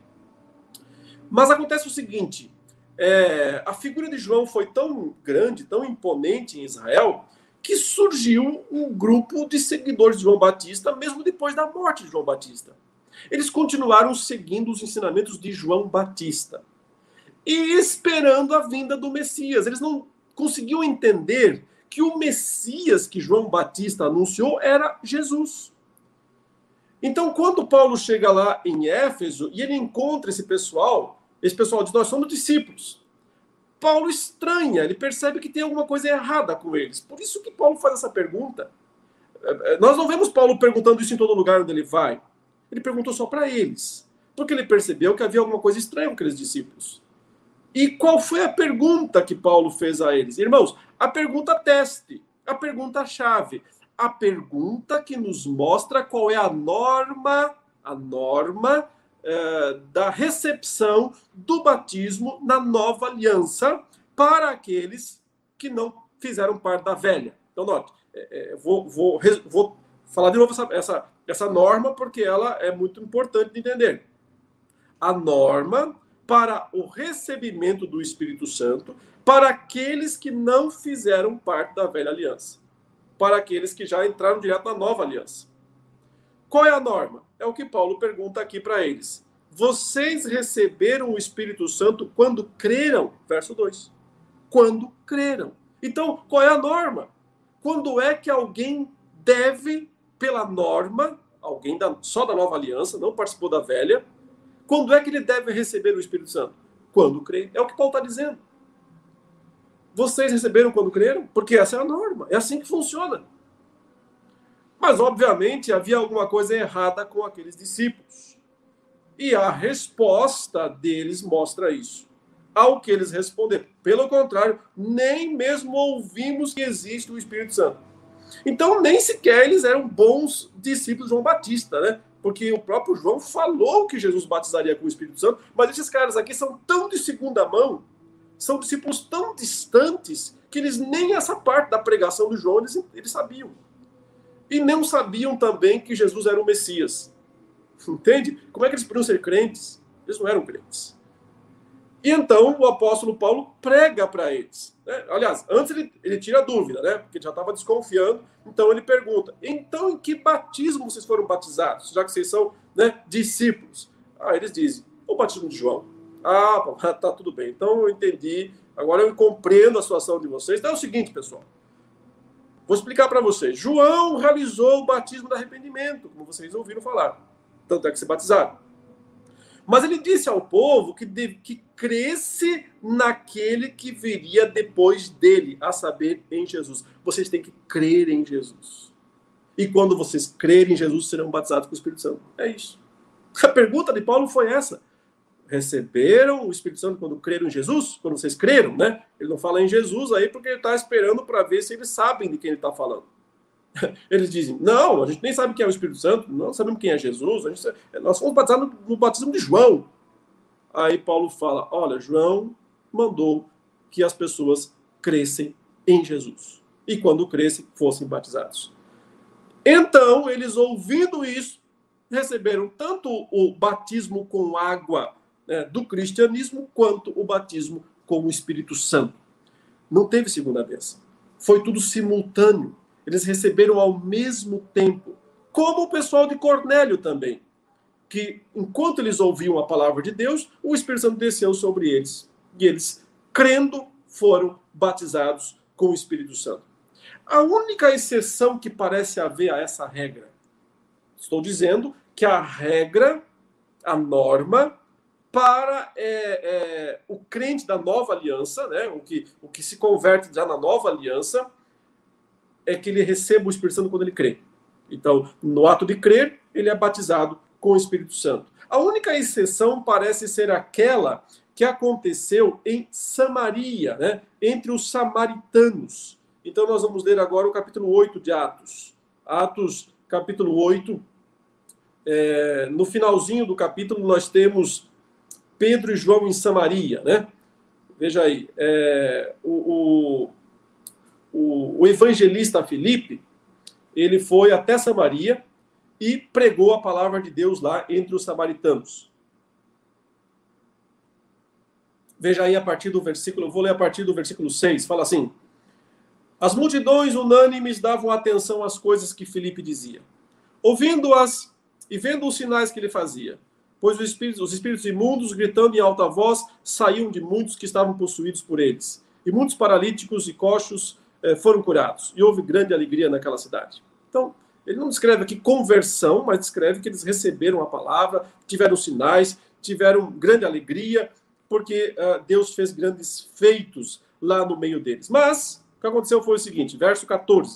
Mas acontece o seguinte: é, a figura de João foi tão grande, tão imponente em Israel, que surgiu um grupo de seguidores de João Batista, mesmo depois da morte de João Batista. Eles continuaram seguindo os ensinamentos de João Batista e esperando a vinda do Messias. Eles não conseguiam entender que o Messias que João Batista anunciou era Jesus. Então, quando Paulo chega lá em Éfeso e ele encontra esse pessoal, esse pessoal diz: nós somos discípulos. Paulo estranha, ele percebe que tem alguma coisa errada com eles. Por isso que Paulo faz essa pergunta. Nós não vemos Paulo perguntando isso em todo lugar onde ele vai. Ele perguntou só para eles, porque ele percebeu que havia alguma coisa estranha com aqueles discípulos. E qual foi a pergunta que Paulo fez a eles? Irmãos, a pergunta teste, a pergunta chave, a pergunta que nos mostra qual é a norma, a norma eh, da recepção do batismo na nova aliança para aqueles que não fizeram parte da velha. Então, note, eh, vou, vou, vou falar de novo essa, essa, essa norma porque ela é muito importante de entender. A norma para o recebimento do Espírito Santo para aqueles que não fizeram parte da velha aliança, para aqueles que já entraram direto na nova aliança. Qual é a norma? É o que Paulo pergunta aqui para eles. Vocês receberam o Espírito Santo quando creram? Verso dois. Quando creram. Então, qual é a norma? Quando é que alguém deve, pela norma, alguém da, só da nova aliança, não participou da velha, quando é que ele deve receber o Espírito Santo? Quando crê. É o que Paulo está dizendo. Vocês receberam quando creram? Porque essa é a norma. É assim que funciona. Mas, obviamente, havia alguma coisa errada com aqueles discípulos. E a resposta deles mostra isso. Ao que eles responderam, pelo contrário, nem mesmo ouvimos que existe o Espírito Santo. Então, nem sequer eles eram bons discípulos de João Batista, né? Porque o próprio João falou que Jesus batizaria com o Espírito Santo, mas esses caras aqui são tão de segunda mão, são discípulos tão distantes, que eles nem essa parte da pregação do João eles, eles sabiam. E não sabiam também que Jesus era o Messias. Entende? Como é que eles podiam ser crentes? Eles não eram crentes. E então o apóstolo Paulo prega para eles. Né? Aliás, antes ele, ele tira a dúvida, né? Porque ele já estava desconfiando. Então ele pergunta, então em que batismo vocês foram batizados? Já que vocês são, né, discípulos. Ah, eles dizem, o batismo de João. Ah, tá tudo bem. Então eu entendi. Agora eu compreendo a situação de vocês. Então é o seguinte, pessoal. Vou explicar para vocês. João realizou o batismo de arrependimento, como vocês ouviram falar. Tanto é que se batizaram. Mas ele disse ao povo que, de, que cresce naquele que viria depois dele, a saber, em Jesus. Vocês têm que crer em Jesus. E quando vocês crerem em Jesus, serão batizados com o Espírito Santo. É isso. A pergunta de Paulo foi essa. Receberam o Espírito Santo quando creram em Jesus? Quando vocês creram, né? Ele não fala em Jesus aí porque ele está esperando para ver se eles sabem de quem ele está falando. Eles dizem, não, a gente nem sabe quem é o Espírito Santo, não sabemos quem é Jesus, a gente, nós fomos batizados no, no batismo de João. Aí Paulo fala, olha, João mandou que as pessoas crescem em Jesus. E quando crescem, fossem batizados. Então, eles ouvindo isso, receberam tanto o batismo com água, né, do cristianismo, quanto o batismo com o Espírito Santo. Não teve segunda bênção. Foi tudo simultâneo. Eles receberam ao mesmo tempo, como o pessoal de Cornélio também, que enquanto eles ouviam a palavra de Deus, o Espírito Santo desceu sobre eles. E eles, crendo, foram batizados com o Espírito Santo. A única exceção que parece haver a essa regra, estou dizendo que a regra, a norma, para é, é, o crente da nova aliança, né, o, que, o que se converte já na nova aliança, é que ele receba o Espírito Santo quando ele crê. Então, no ato de crer, ele é batizado com o Espírito Santo. A única exceção parece ser aquela que aconteceu em Samaria, né? Entre os samaritanos. Então, nós vamos ler agora o capítulo oito de Atos. Atos, capítulo oito. É, no finalzinho do capítulo, nós temos Pedro e João em Samaria, né? Veja aí, é, o... o O, o evangelista Filipe, ele foi até Samaria e pregou a palavra de Deus lá entre os samaritanos. Veja aí a partir do versículo, eu vou ler a partir do versículo seis, fala assim: as multidões unânimes davam atenção às coisas que Filipe dizia, ouvindo-as e vendo os sinais que ele fazia, pois os espíritos, os espíritos imundos, gritando em alta voz, saíam de muitos que estavam possuídos por eles, e muitos paralíticos e coxos foram curados. E houve grande alegria naquela cidade. Então, ele não descreve aqui conversão, mas descreve que eles receberam a palavra, tiveram sinais, tiveram grande alegria, porque uh, Deus fez grandes feitos lá no meio deles. Mas, o que aconteceu foi o seguinte, verso quatorze.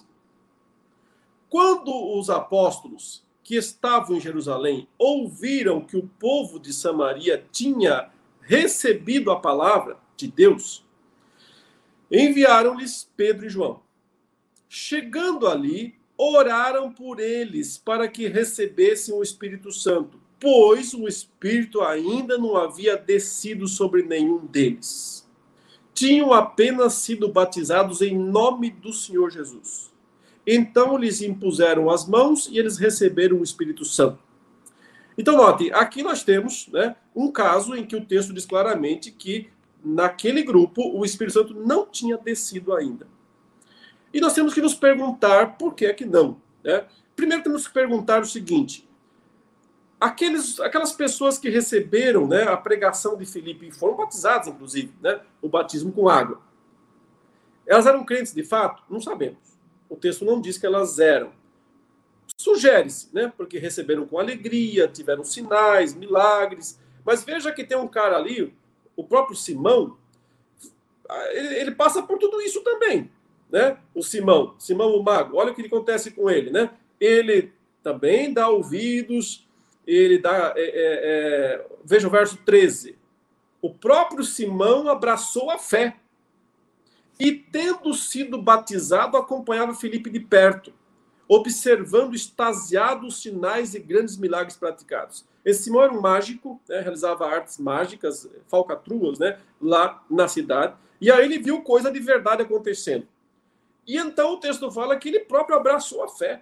Quando os apóstolos que estavam em Jerusalém ouviram que o povo de Samaria tinha recebido a palavra de Deus, enviaram-lhes Pedro e João. Chegando ali, oraram por eles para que recebessem o Espírito Santo, pois o Espírito ainda não havia descido sobre nenhum deles. Tinham apenas sido batizados em nome do Senhor Jesus. Então lhes impuseram as mãos e eles receberam o Espírito Santo. Então notem, aqui nós temos, né, um caso em que o texto diz claramente que naquele grupo, o Espírito Santo não tinha descido ainda. E nós temos que nos perguntar por que é que não. Né? Primeiro temos que perguntar o seguinte, aqueles, aquelas pessoas que receberam, né, a pregação de Filipe e foram batizadas, inclusive, né, o batismo com água, elas eram crentes de fato? Não sabemos. O texto não diz que elas eram. Sugere-se, né, porque receberam com alegria, tiveram sinais, milagres, mas veja que tem um cara ali, o próprio Simão, ele, ele passa por tudo isso também, né? O Simão, Simão o mago, olha o que acontece com ele, né? Ele também dá ouvidos, ele dá, é, é, é, veja o verso treze. o próprio Simão abraçou a fé. E, tendo sido batizado, acompanhava Filipe de perto, observando extasiado os sinais e grandes milagres praticados. Esse Simão era um mágico, né, realizava artes mágicas, falcatruas, né, lá na cidade. E aí ele viu coisa de verdade acontecendo. E então o texto fala que ele próprio abraçou a fé.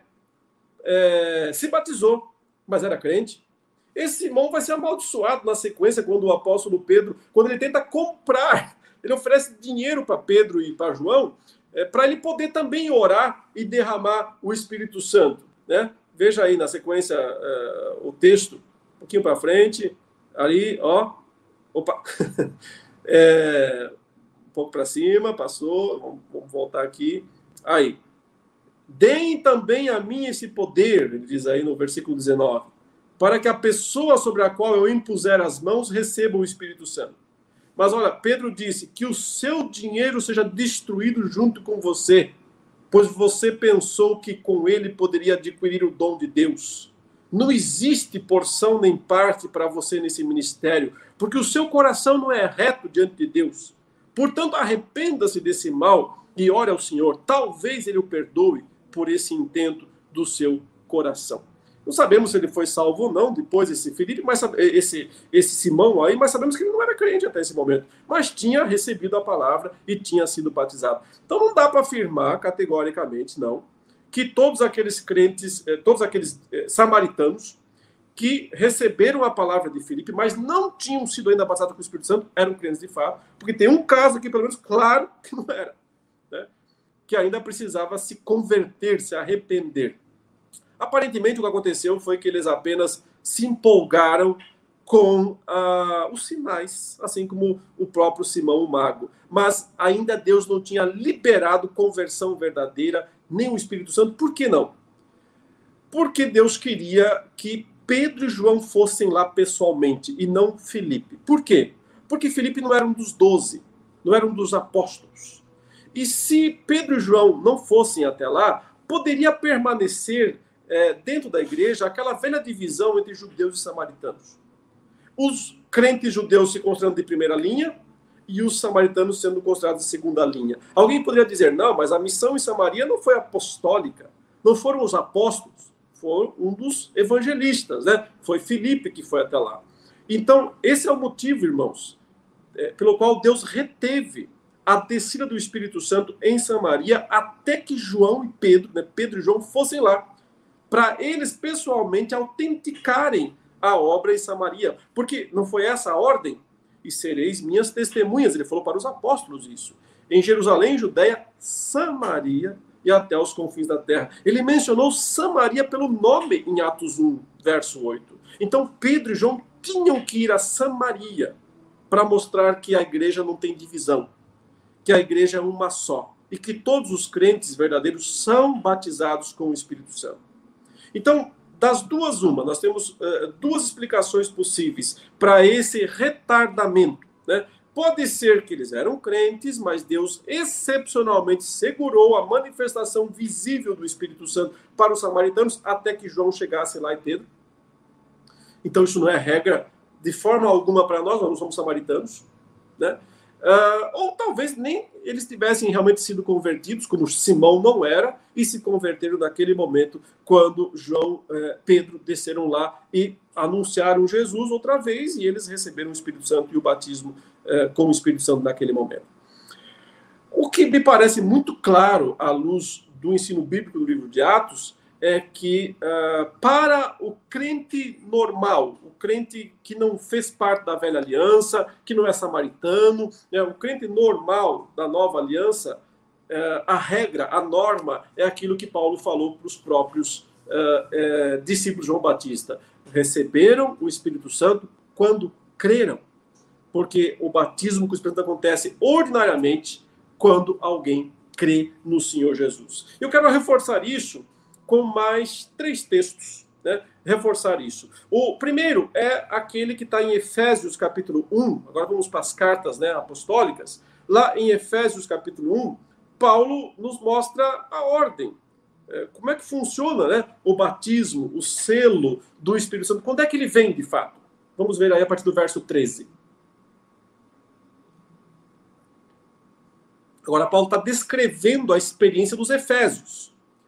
É, se batizou, mas era crente. Esse Simão vai ser amaldiçoado na sequência quando o apóstolo Pedro, quando ele tenta comprar, ele oferece dinheiro para Pedro e para João, é, para ele poder também orar e derramar o Espírito Santo. Né? Veja aí na sequência uh, o texto, um pouquinho para frente, ali, ó. Opa! é, um pouco para cima, passou, vamos, vamos voltar aqui. Aí. Deem também a mim esse poder, ele diz aí no versículo dezenove, para que a pessoa sobre a qual eu impuser as mãos receba o Espírito Santo. Mas olha, Pedro disse que o seu dinheiro seja destruído junto com você, pois você pensou que com ele poderia adquirir o dom de Deus. Não existe porção nem parte para você nesse ministério, porque o seu coração não é reto diante de Deus. Portanto, arrependa-se desse mal e ore ao Senhor. Talvez ele o perdoe por esse intento do seu coração. Não sabemos se ele foi salvo ou não depois desse Filipe, mas esse, esse Simão aí, mas sabemos que ele não era crente até esse momento, mas tinha recebido a palavra e tinha sido batizado. Então não dá para afirmar categoricamente, não, que todos aqueles crentes, todos aqueles samaritanos que receberam a palavra de Filipe, mas não tinham sido ainda batizados com o Espírito Santo, eram crentes de fato, porque tem um caso aqui, pelo menos, claro que não era, né? Que ainda precisava se converter, se arrepender. Aparentemente, o que aconteceu foi que eles apenas se empolgaram com ah, os sinais, assim como o próprio Simão, o mago. Mas ainda Deus não tinha liberado conversão verdadeira, nem o Espírito Santo. Por que não? Porque Deus queria que Pedro e João fossem lá pessoalmente, e não Filipe. Por quê? Porque Filipe não era um dos doze, não era um dos apóstolos. E se Pedro e João não fossem até lá, poderia permanecer É, dentro da igreja, aquela velha divisão entre judeus e samaritanos. Os crentes judeus se considerando de primeira linha e os samaritanos sendo considerados de segunda linha. Alguém poderia dizer, não, mas a missão em Samaria não foi apostólica, não foram os apóstolos, foi um dos evangelistas, né? Foi Filipe que foi até lá. Então, esse é o motivo, irmãos, é, pelo qual Deus reteve a descida do Espírito Santo em Samaria até que João e Pedro, né, Pedro e João fossem lá, para eles pessoalmente autenticarem a obra em Samaria. Porque não foi essa a ordem? E sereis minhas testemunhas. Ele falou para os apóstolos isso. Em Jerusalém, Judeia, Samaria e até os confins da terra. Ele mencionou Samaria pelo nome em Atos um, verso oito. Então Pedro e João tinham que ir a Samaria para mostrar que a igreja não tem divisão, que a igreja é uma só e que todos os crentes verdadeiros são batizados com o Espírito Santo. Então, das duas, uma, nós temos uh, duas explicações possíveis para esse retardamento, né? Pode ser que eles eram crentes, mas Deus excepcionalmente segurou a manifestação visível do Espírito Santo para os samaritanos até que João chegasse lá e Pedro. Então, isso não é regra de forma alguma para nós, nós não somos samaritanos, né? Uh, ou talvez nem eles tivessem realmente sido convertidos, como Simão não era, e se converteram naquele momento quando João e uh, Pedro desceram lá e anunciaram Jesus outra vez, e eles receberam o Espírito Santo e o batismo uh, com o Espírito Santo naquele momento. O que me parece muito claro à luz do ensino bíblico do livro de Atos é que uh, para o crente normal, o crente que não fez parte da velha aliança, que não é samaritano, né, o crente normal da nova aliança, uh, a regra, a norma é aquilo que Paulo falou para os próprios uh, uh, discípulos de João Batista. Receberam o Espírito Santo quando creram, porque o batismo com o Espírito Santo acontece ordinariamente quando alguém crê no Senhor Jesus. Eu quero reforçar isso com mais três textos, né? Reforçar isso. O primeiro é aquele que está em Efésios capítulo um, agora vamos para as cartas, né, apostólicas. Lá em Efésios capítulo um, Paulo nos mostra a ordem. É, como é que funciona, né, o batismo, o selo do Espírito Santo? Quando é que ele vem, de fato? Vamos ver aí a partir do verso treze. Agora, Paulo está descrevendo a experiência dos Efésios.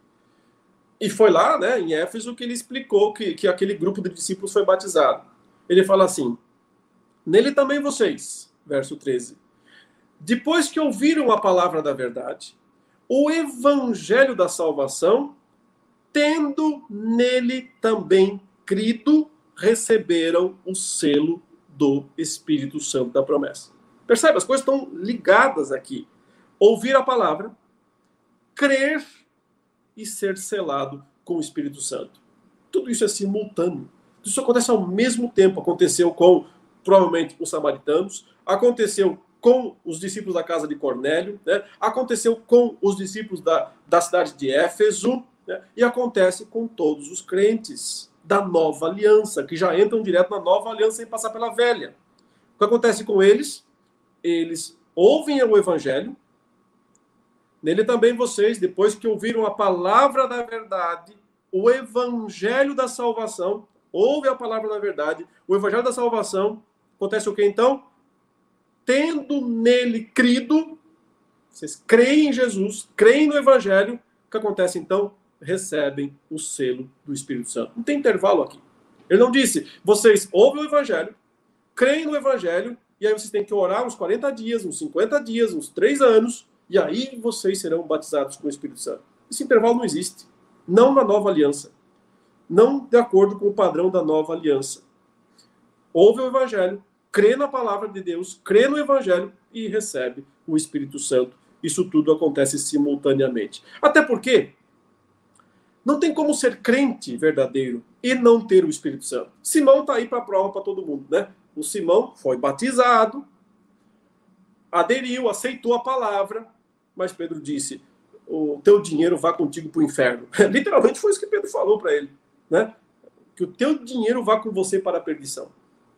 E foi lá, né, em Éfeso, que ele explicou que, que aquele grupo de discípulos foi batizado. Ele fala assim: nele também vocês, verso treze, depois que ouviram a palavra da verdade, o evangelho da salvação, tendo nele também crido, receberam o selo do Espírito Santo da promessa. Percebe? As coisas estão ligadas aqui. Ouvir a palavra, crer e ser selado com o Espírito Santo. Tudo isso é simultâneo. Isso acontece ao mesmo tempo. Aconteceu com, provavelmente, os samaritanos, aconteceu com os discípulos da casa de Cornélio, né? Aconteceu com os discípulos da, da cidade de Éfeso, né? E acontece com todos os crentes da nova aliança, que já entram direto na nova aliança sem passar pela velha. O que acontece com eles? Eles ouvem o evangelho. Nele também vocês, depois que ouviram a palavra da verdade, o evangelho da salvação, ouve a palavra da verdade, o evangelho da salvação, acontece o que então? Tendo nele crido, vocês creem em Jesus, creem no evangelho, o que acontece então? Recebem o selo do Espírito Santo. Não tem intervalo aqui. Ele não disse, vocês ouvem o evangelho, creem no evangelho, e aí vocês têm que orar uns quarenta dias, uns cinquenta dias, uns três anos, e aí vocês serão batizados com o Espírito Santo. Esse intervalo não existe. Não na nova aliança. Não de acordo com o padrão da nova aliança. Ouve o evangelho, crê na palavra de Deus, crê no evangelho e recebe o Espírito Santo. Isso tudo acontece simultaneamente. Até porque não tem como ser crente verdadeiro e não ter o Espírito Santo. Simão está aí para a prova para todo mundo, né? O Simão foi batizado, aderiu, aceitou a palavra, mas Pedro disse, o teu dinheiro vá contigo para o inferno. Literalmente foi isso que Pedro falou para ele, né? Que o teu dinheiro vá com você para a perdição.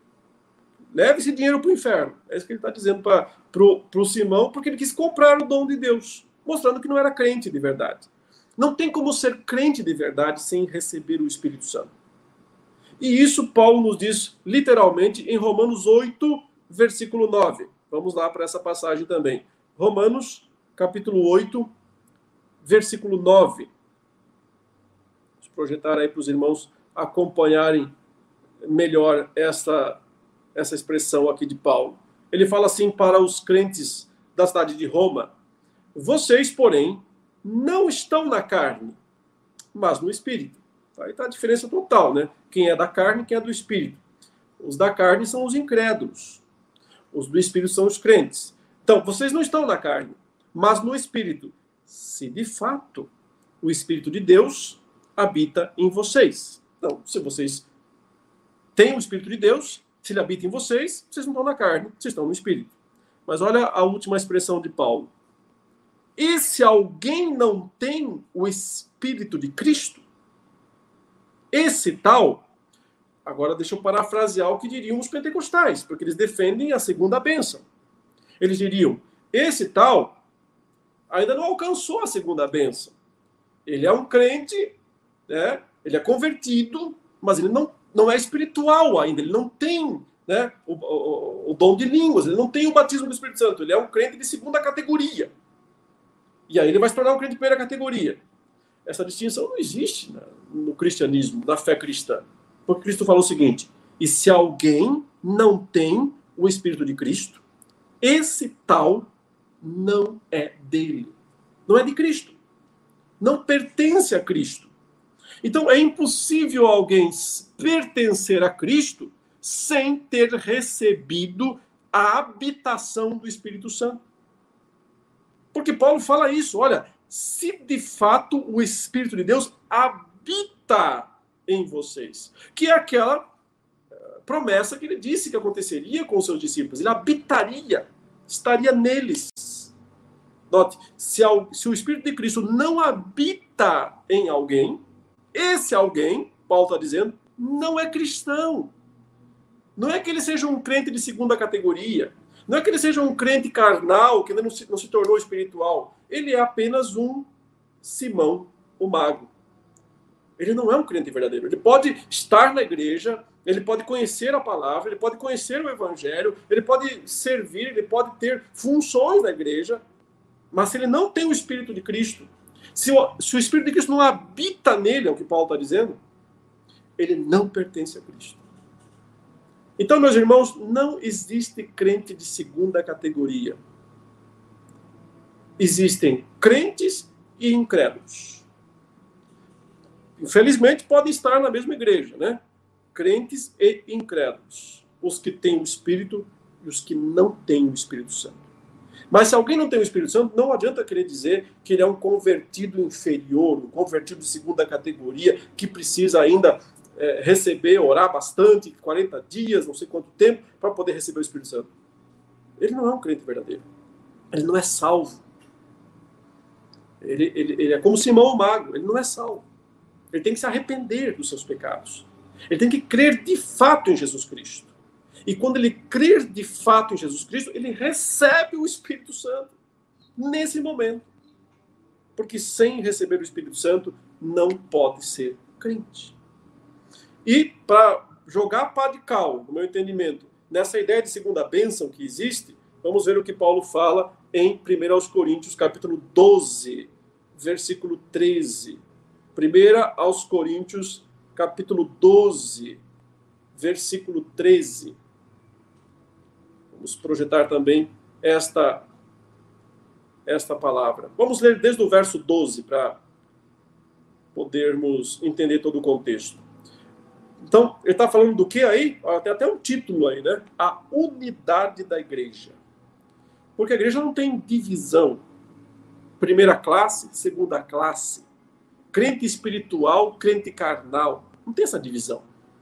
Leve esse dinheiro para o inferno. É isso que ele está dizendo para o Simão, porque ele quis comprar o dom de Deus, mostrando que não era crente de verdade. Não tem como ser crente de verdade sem receber o Espírito Santo. E isso Paulo nos diz literalmente em Romanos oito, versículo nove. Vamos lá para essa passagem também. Romanos, capítulo oito, versículo nove. Vamos projetar aí para os irmãos acompanharem melhor essa, essa expressão aqui de Paulo. Ele fala assim para os crentes da cidade de Roma: vocês, porém, não estão na carne, mas no Espírito. Aí está a diferença total, né? Quem é da carne, quem é do Espírito. Os da carne são os incrédulos. Os do Espírito são os crentes. Então, vocês não estão na carne, mas no Espírito. Se de fato o Espírito de Deus habita em vocês. Então, se vocês têm o Espírito de Deus, se ele habita em vocês, vocês não estão na carne, vocês estão no Espírito. Mas olha a última expressão de Paulo. E se alguém não tem o Espírito de Cristo, esse tal, agora deixa eu parafrasear o que diriam os pentecostais, porque eles defendem a segunda bênção. Eles diriam, esse tal ainda não alcançou a segunda bênção. Ele é um crente, né? Ele é convertido, mas ele não, não é espiritual ainda, ele não tem, né, o, o, o dom de línguas, ele não tem o batismo do Espírito Santo, ele é um crente de segunda categoria. E aí ele vai se tornar um crente de primeira categoria. Essa distinção não existe no cristianismo, na fé cristã. Porque Cristo falou o seguinte, e se alguém não tem o Espírito de Cristo, esse tal não é dele. Não é de Cristo. Não pertence a Cristo. Então é impossível alguém pertencer a Cristo sem ter recebido a habitação do Espírito Santo. Porque Paulo fala isso, olha, se de fato o Espírito de Deus habita em vocês, que é aquela uh, promessa que ele disse que aconteceria com os seus discípulos, ele habitaria, estaria neles. Note, se, ao, se o Espírito de Cristo não habita em alguém, esse alguém, Paulo está dizendo, não é cristão. Não é que ele seja um crente de segunda categoria, não é que ele seja um crente carnal, que ainda não se, não se tornou espiritual. Ele é apenas um Simão, o mago. Ele não é um crente verdadeiro. Ele pode estar na igreja, ele pode conhecer a palavra, ele pode conhecer o evangelho, ele pode servir, ele pode ter funções na igreja, Mas se ele não tem o Espírito de Cristo, se o, se o Espírito de Cristo não habita nele, é o que Paulo está dizendo, ele não pertence a Cristo. Então, meus irmãos, não existe crente de segunda categoria. Existem crentes e incrédulos. Infelizmente, podem estar na mesma igreja, né? Crentes e incrédulos. Os que têm o Espírito e os que não têm o Espírito Santo. Mas se alguém não tem o Espírito Santo, não adianta querer dizer que ele é um convertido inferior, um convertido de segunda categoria, que precisa ainda é, receber, orar bastante, quarenta dias, não sei quanto tempo, para poder receber o Espírito Santo. Ele não é um crente verdadeiro. Ele não é salvo. Ele, ele, ele é como Simão o Mago, ele não é salvo. Ele tem que se arrepender dos seus pecados. Ele tem que crer de fato em Jesus Cristo. E quando ele crer de fato em Jesus Cristo, ele recebe o Espírito Santo nesse momento. Porque sem receber o Espírito Santo, não pode ser crente. E para jogar pá de cal, no meu entendimento, nessa ideia de segunda bênção que existe, vamos ver o que Paulo fala em primeira aos Coríntios, capítulo doze, versículo treze. primeira aos Coríntios, capítulo doze, versículo treze. Vamos projetar também esta, esta palavra. Vamos ler desde o verso doze para podermos entender todo o contexto. Então, ele está falando do que aí? Tem até um título aí, né? A unidade da igreja. Porque a igreja não tem divisão. Primeira classe, segunda classe. Crente espiritual, crente carnal. Não tem essa divisão.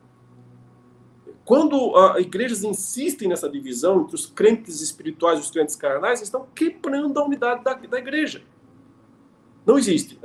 Quando as igrejas insistem nessa divisão entre os crentes espirituais e os crentes carnais, estão quebrando a unidade da, da igreja. Não existe.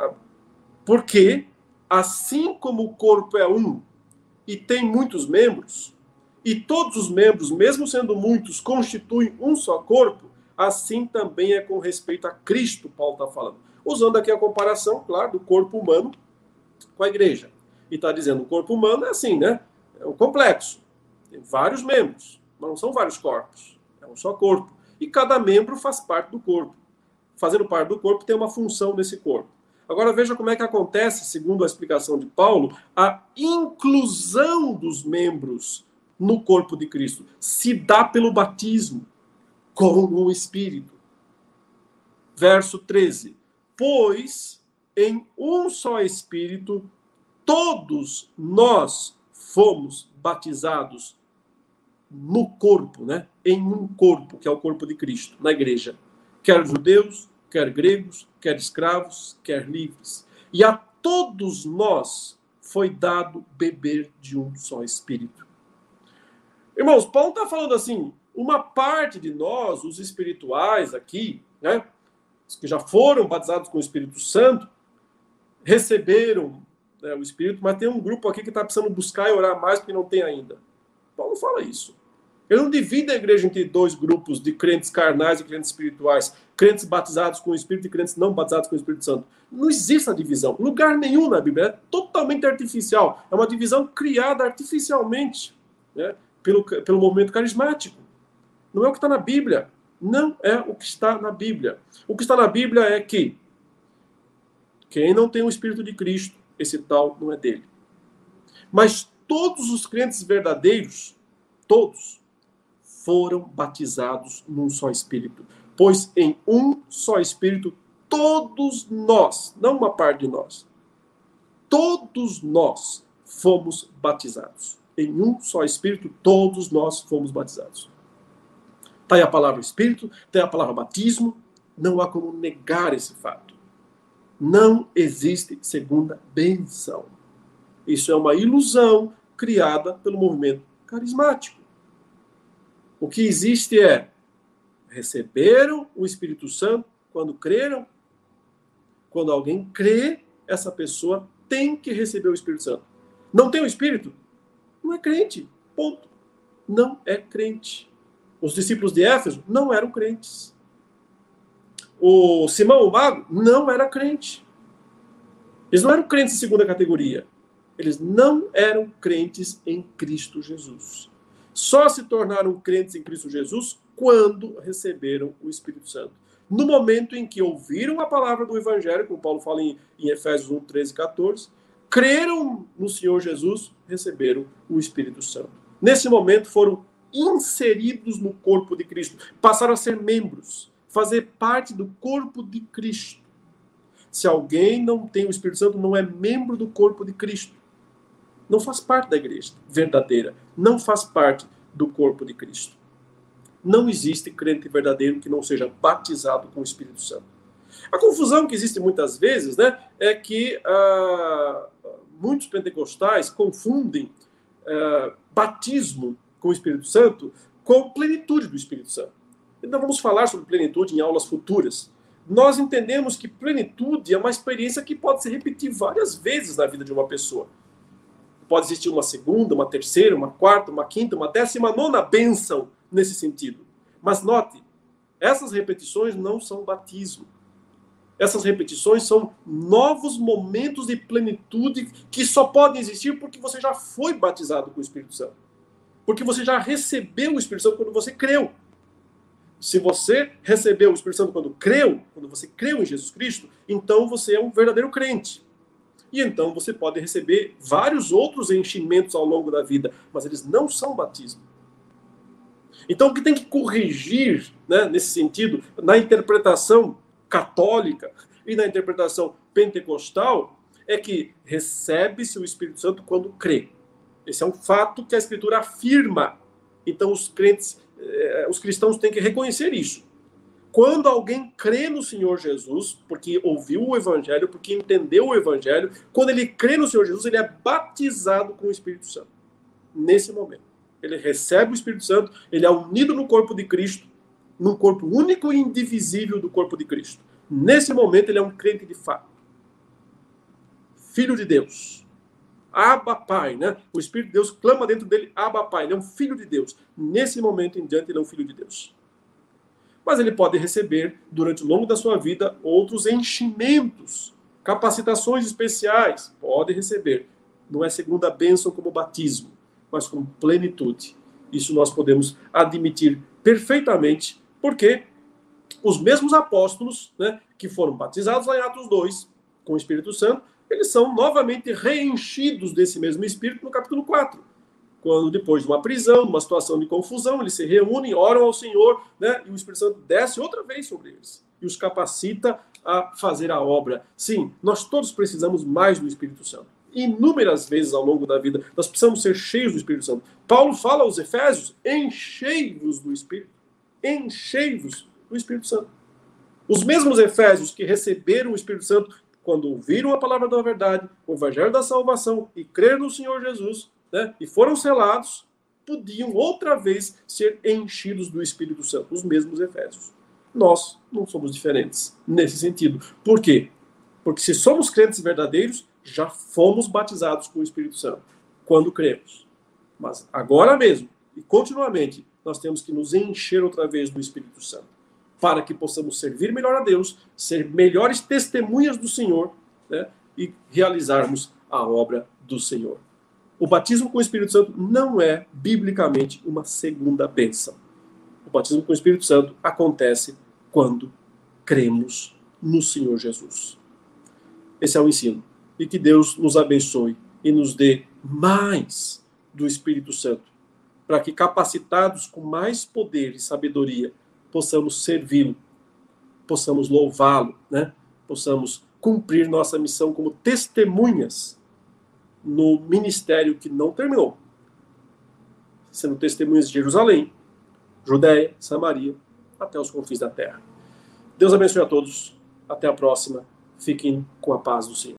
Porque, assim como o corpo é um e tem muitos membros, e todos os membros, mesmo sendo muitos, constituem um só corpo, assim também é com respeito a Cristo, Paulo está falando. Usando aqui a comparação, claro, do corpo humano com a igreja. E está dizendo, o corpo humano é assim, né? É um complexo. Tem vários membros, mas não são vários corpos. É um só corpo. E cada membro faz parte do corpo. Fazendo parte do corpo, tem uma função nesse corpo. Agora veja como é que acontece, segundo a explicação de Paulo, a inclusão dos membros no corpo de Cristo. Se dá pelo batismo com o Espírito. Verso treze. Pois em um só Espírito todos nós fomos batizados no corpo, né? Em um corpo, que é o corpo de Cristo, na igreja. Quer judeus, quer gregos, quer escravos, quer livres. E a todos nós foi dado beber de um só Espírito. Irmãos, Paulo está falando assim, uma parte de nós, os espirituais aqui, né? Os que já foram batizados com o Espírito Santo, receberam né, o Espírito, mas tem um grupo aqui que está precisando buscar e orar mais porque não tem ainda. Paulo fala isso. Ele não divide a igreja entre dois grupos de crentes carnais e crentes espirituais, crentes batizados com o Espírito e crentes não batizados com o Espírito Santo. Não existe essa divisão. Lugar nenhum na Bíblia. É totalmente artificial. É uma divisão criada artificialmente né, pelo, pelo movimento carismático. Não é o que está na Bíblia. Não é o que está na Bíblia. O que está na Bíblia é que quem não tem o Espírito de Cristo, esse tal não é dele. Mas todos os crentes verdadeiros, todos, foram batizados num só Espírito. Pois em um só Espírito, todos nós, não uma parte de nós, todos nós fomos batizados. Em um só Espírito, todos nós fomos batizados. Está aí a palavra Espírito, tem a palavra batismo, não há como negar esse fato. Não existe segunda bênção. Isso é uma ilusão criada pelo movimento carismático. O que existe é, receberam o Espírito Santo quando creram. Quando alguém crê, essa pessoa tem que receber o Espírito Santo. Não tem o Espírito? Não é crente. Ponto. Não é crente. Os discípulos de Éfeso não eram crentes. O Simão o Mago não era crente. Eles não eram crentes de segunda categoria. Eles não eram crentes em Cristo Jesus. Só se tornaram crentes em Cristo Jesus quando receberam o Espírito Santo. no momento em que ouviram a palavra do Evangelho, como Paulo fala em, em Efésios um, treze e quatorze, creram no Senhor Jesus, receberam o Espírito Santo. Nesse momento foram inseridos no corpo de Cristo, passaram a ser membros, fazer parte do corpo de Cristo. Se alguém não tem o Espírito Santo, não é membro do corpo de Cristo. Não faz parte da igreja verdadeira. Não faz parte do corpo de Cristo. Não existe crente verdadeiro que não seja batizado com o Espírito Santo. A confusão que existe muitas vezes, né, é que ah, muitos pentecostais confundem ah, batismo com o Espírito Santo com plenitude do Espírito Santo. Então vamos falar sobre plenitude em aulas futuras. Nós entendemos que plenitude é uma experiência que pode se repetir várias vezes na vida de uma pessoa. Pode existir uma segunda, uma terceira, uma quarta, uma quinta, uma décima nona bênção nesse sentido. Mas note, essas repetições não são batismo. Essas repetições são novos momentos de plenitude que só podem existir porque você já foi batizado com o Espírito Santo. Porque você já recebeu o Espírito Santo quando você creu. Se você recebeu o Espírito Santo quando creu, quando você creu em Jesus Cristo, então você é um verdadeiro crente. E então você pode receber vários outros enchimentos ao longo da vida, mas eles não são batismo. Então o que tem que corrigir, né, nesse sentido, na interpretação católica e na interpretação pentecostal, é que recebe-se o Espírito Santo quando crê. Esse é um fato que a Escritura afirma. Então os crentes, eh, os cristãos têm que reconhecer isso. Quando alguém crê no Senhor Jesus, porque ouviu o Evangelho, porque entendeu o Evangelho, quando ele crê no Senhor Jesus, ele é batizado com o Espírito Santo. Nesse momento. Ele recebe o Espírito Santo, ele é unido no corpo de Cristo, num corpo único e indivisível do corpo de Cristo. Nesse momento, ele é um crente de fato. Filho de Deus. Abba Pai, né? O Espírito de Deus clama dentro dele, Abba Pai. Ele é um filho de Deus. Nesse momento em diante, ele é um filho de Deus. Mas ele pode receber, durante o longo da sua vida, outros enchimentos, capacitações especiais. Pode receber. Não é segunda bênção como batismo, mas com plenitude. Isso nós podemos admitir perfeitamente, porque os mesmos apóstolos, né, que foram batizados lá em Atos dois, com o Espírito Santo, eles são novamente reenchidos desse mesmo Espírito no capítulo quatro. Quando depois de uma prisão, numa situação de confusão, eles se reúnem, oram ao Senhor, né, e o Espírito Santo desce outra vez sobre eles e os capacita a fazer a obra. Sim, nós todos precisamos mais do Espírito Santo. Inúmeras vezes ao longo da vida, nós precisamos ser cheios do Espírito Santo. Paulo fala aos Efésios, enchei-vos do Espírito. Enchei-vos do Espírito Santo. Os mesmos Efésios que receberam o Espírito Santo quando ouviram a palavra da verdade, o Evangelho da salvação e creram no Senhor Jesus, né, e foram selados, podiam outra vez ser enchidos do Espírito Santo. Os mesmos Efésios. Nós não somos diferentes nesse sentido. Por quê? Porque se somos crentes verdadeiros, já fomos batizados com o Espírito Santo, quando cremos. Mas agora mesmo, e continuamente, nós temos que nos encher outra vez do Espírito Santo, para que possamos servir melhor a Deus, ser melhores testemunhas do Senhor, né, e realizarmos a obra do Senhor. O batismo com o Espírito Santo não é, biblicamente, uma segunda bênção. O batismo com o Espírito Santo acontece quando cremos no Senhor Jesus. Esse é o ensino. E que Deus nos abençoe e nos dê mais do Espírito Santo, para que, capacitados com mais poder e sabedoria, possamos servi-lo, possamos louvá-lo, né? Possamos cumprir nossa missão como testemunhas no ministério que não terminou, sendo testemunhas de Jerusalém, Judéia, Samaria, até os confins da terra. Deus abençoe a todos. Até a próxima. Fiquem com a paz do Senhor.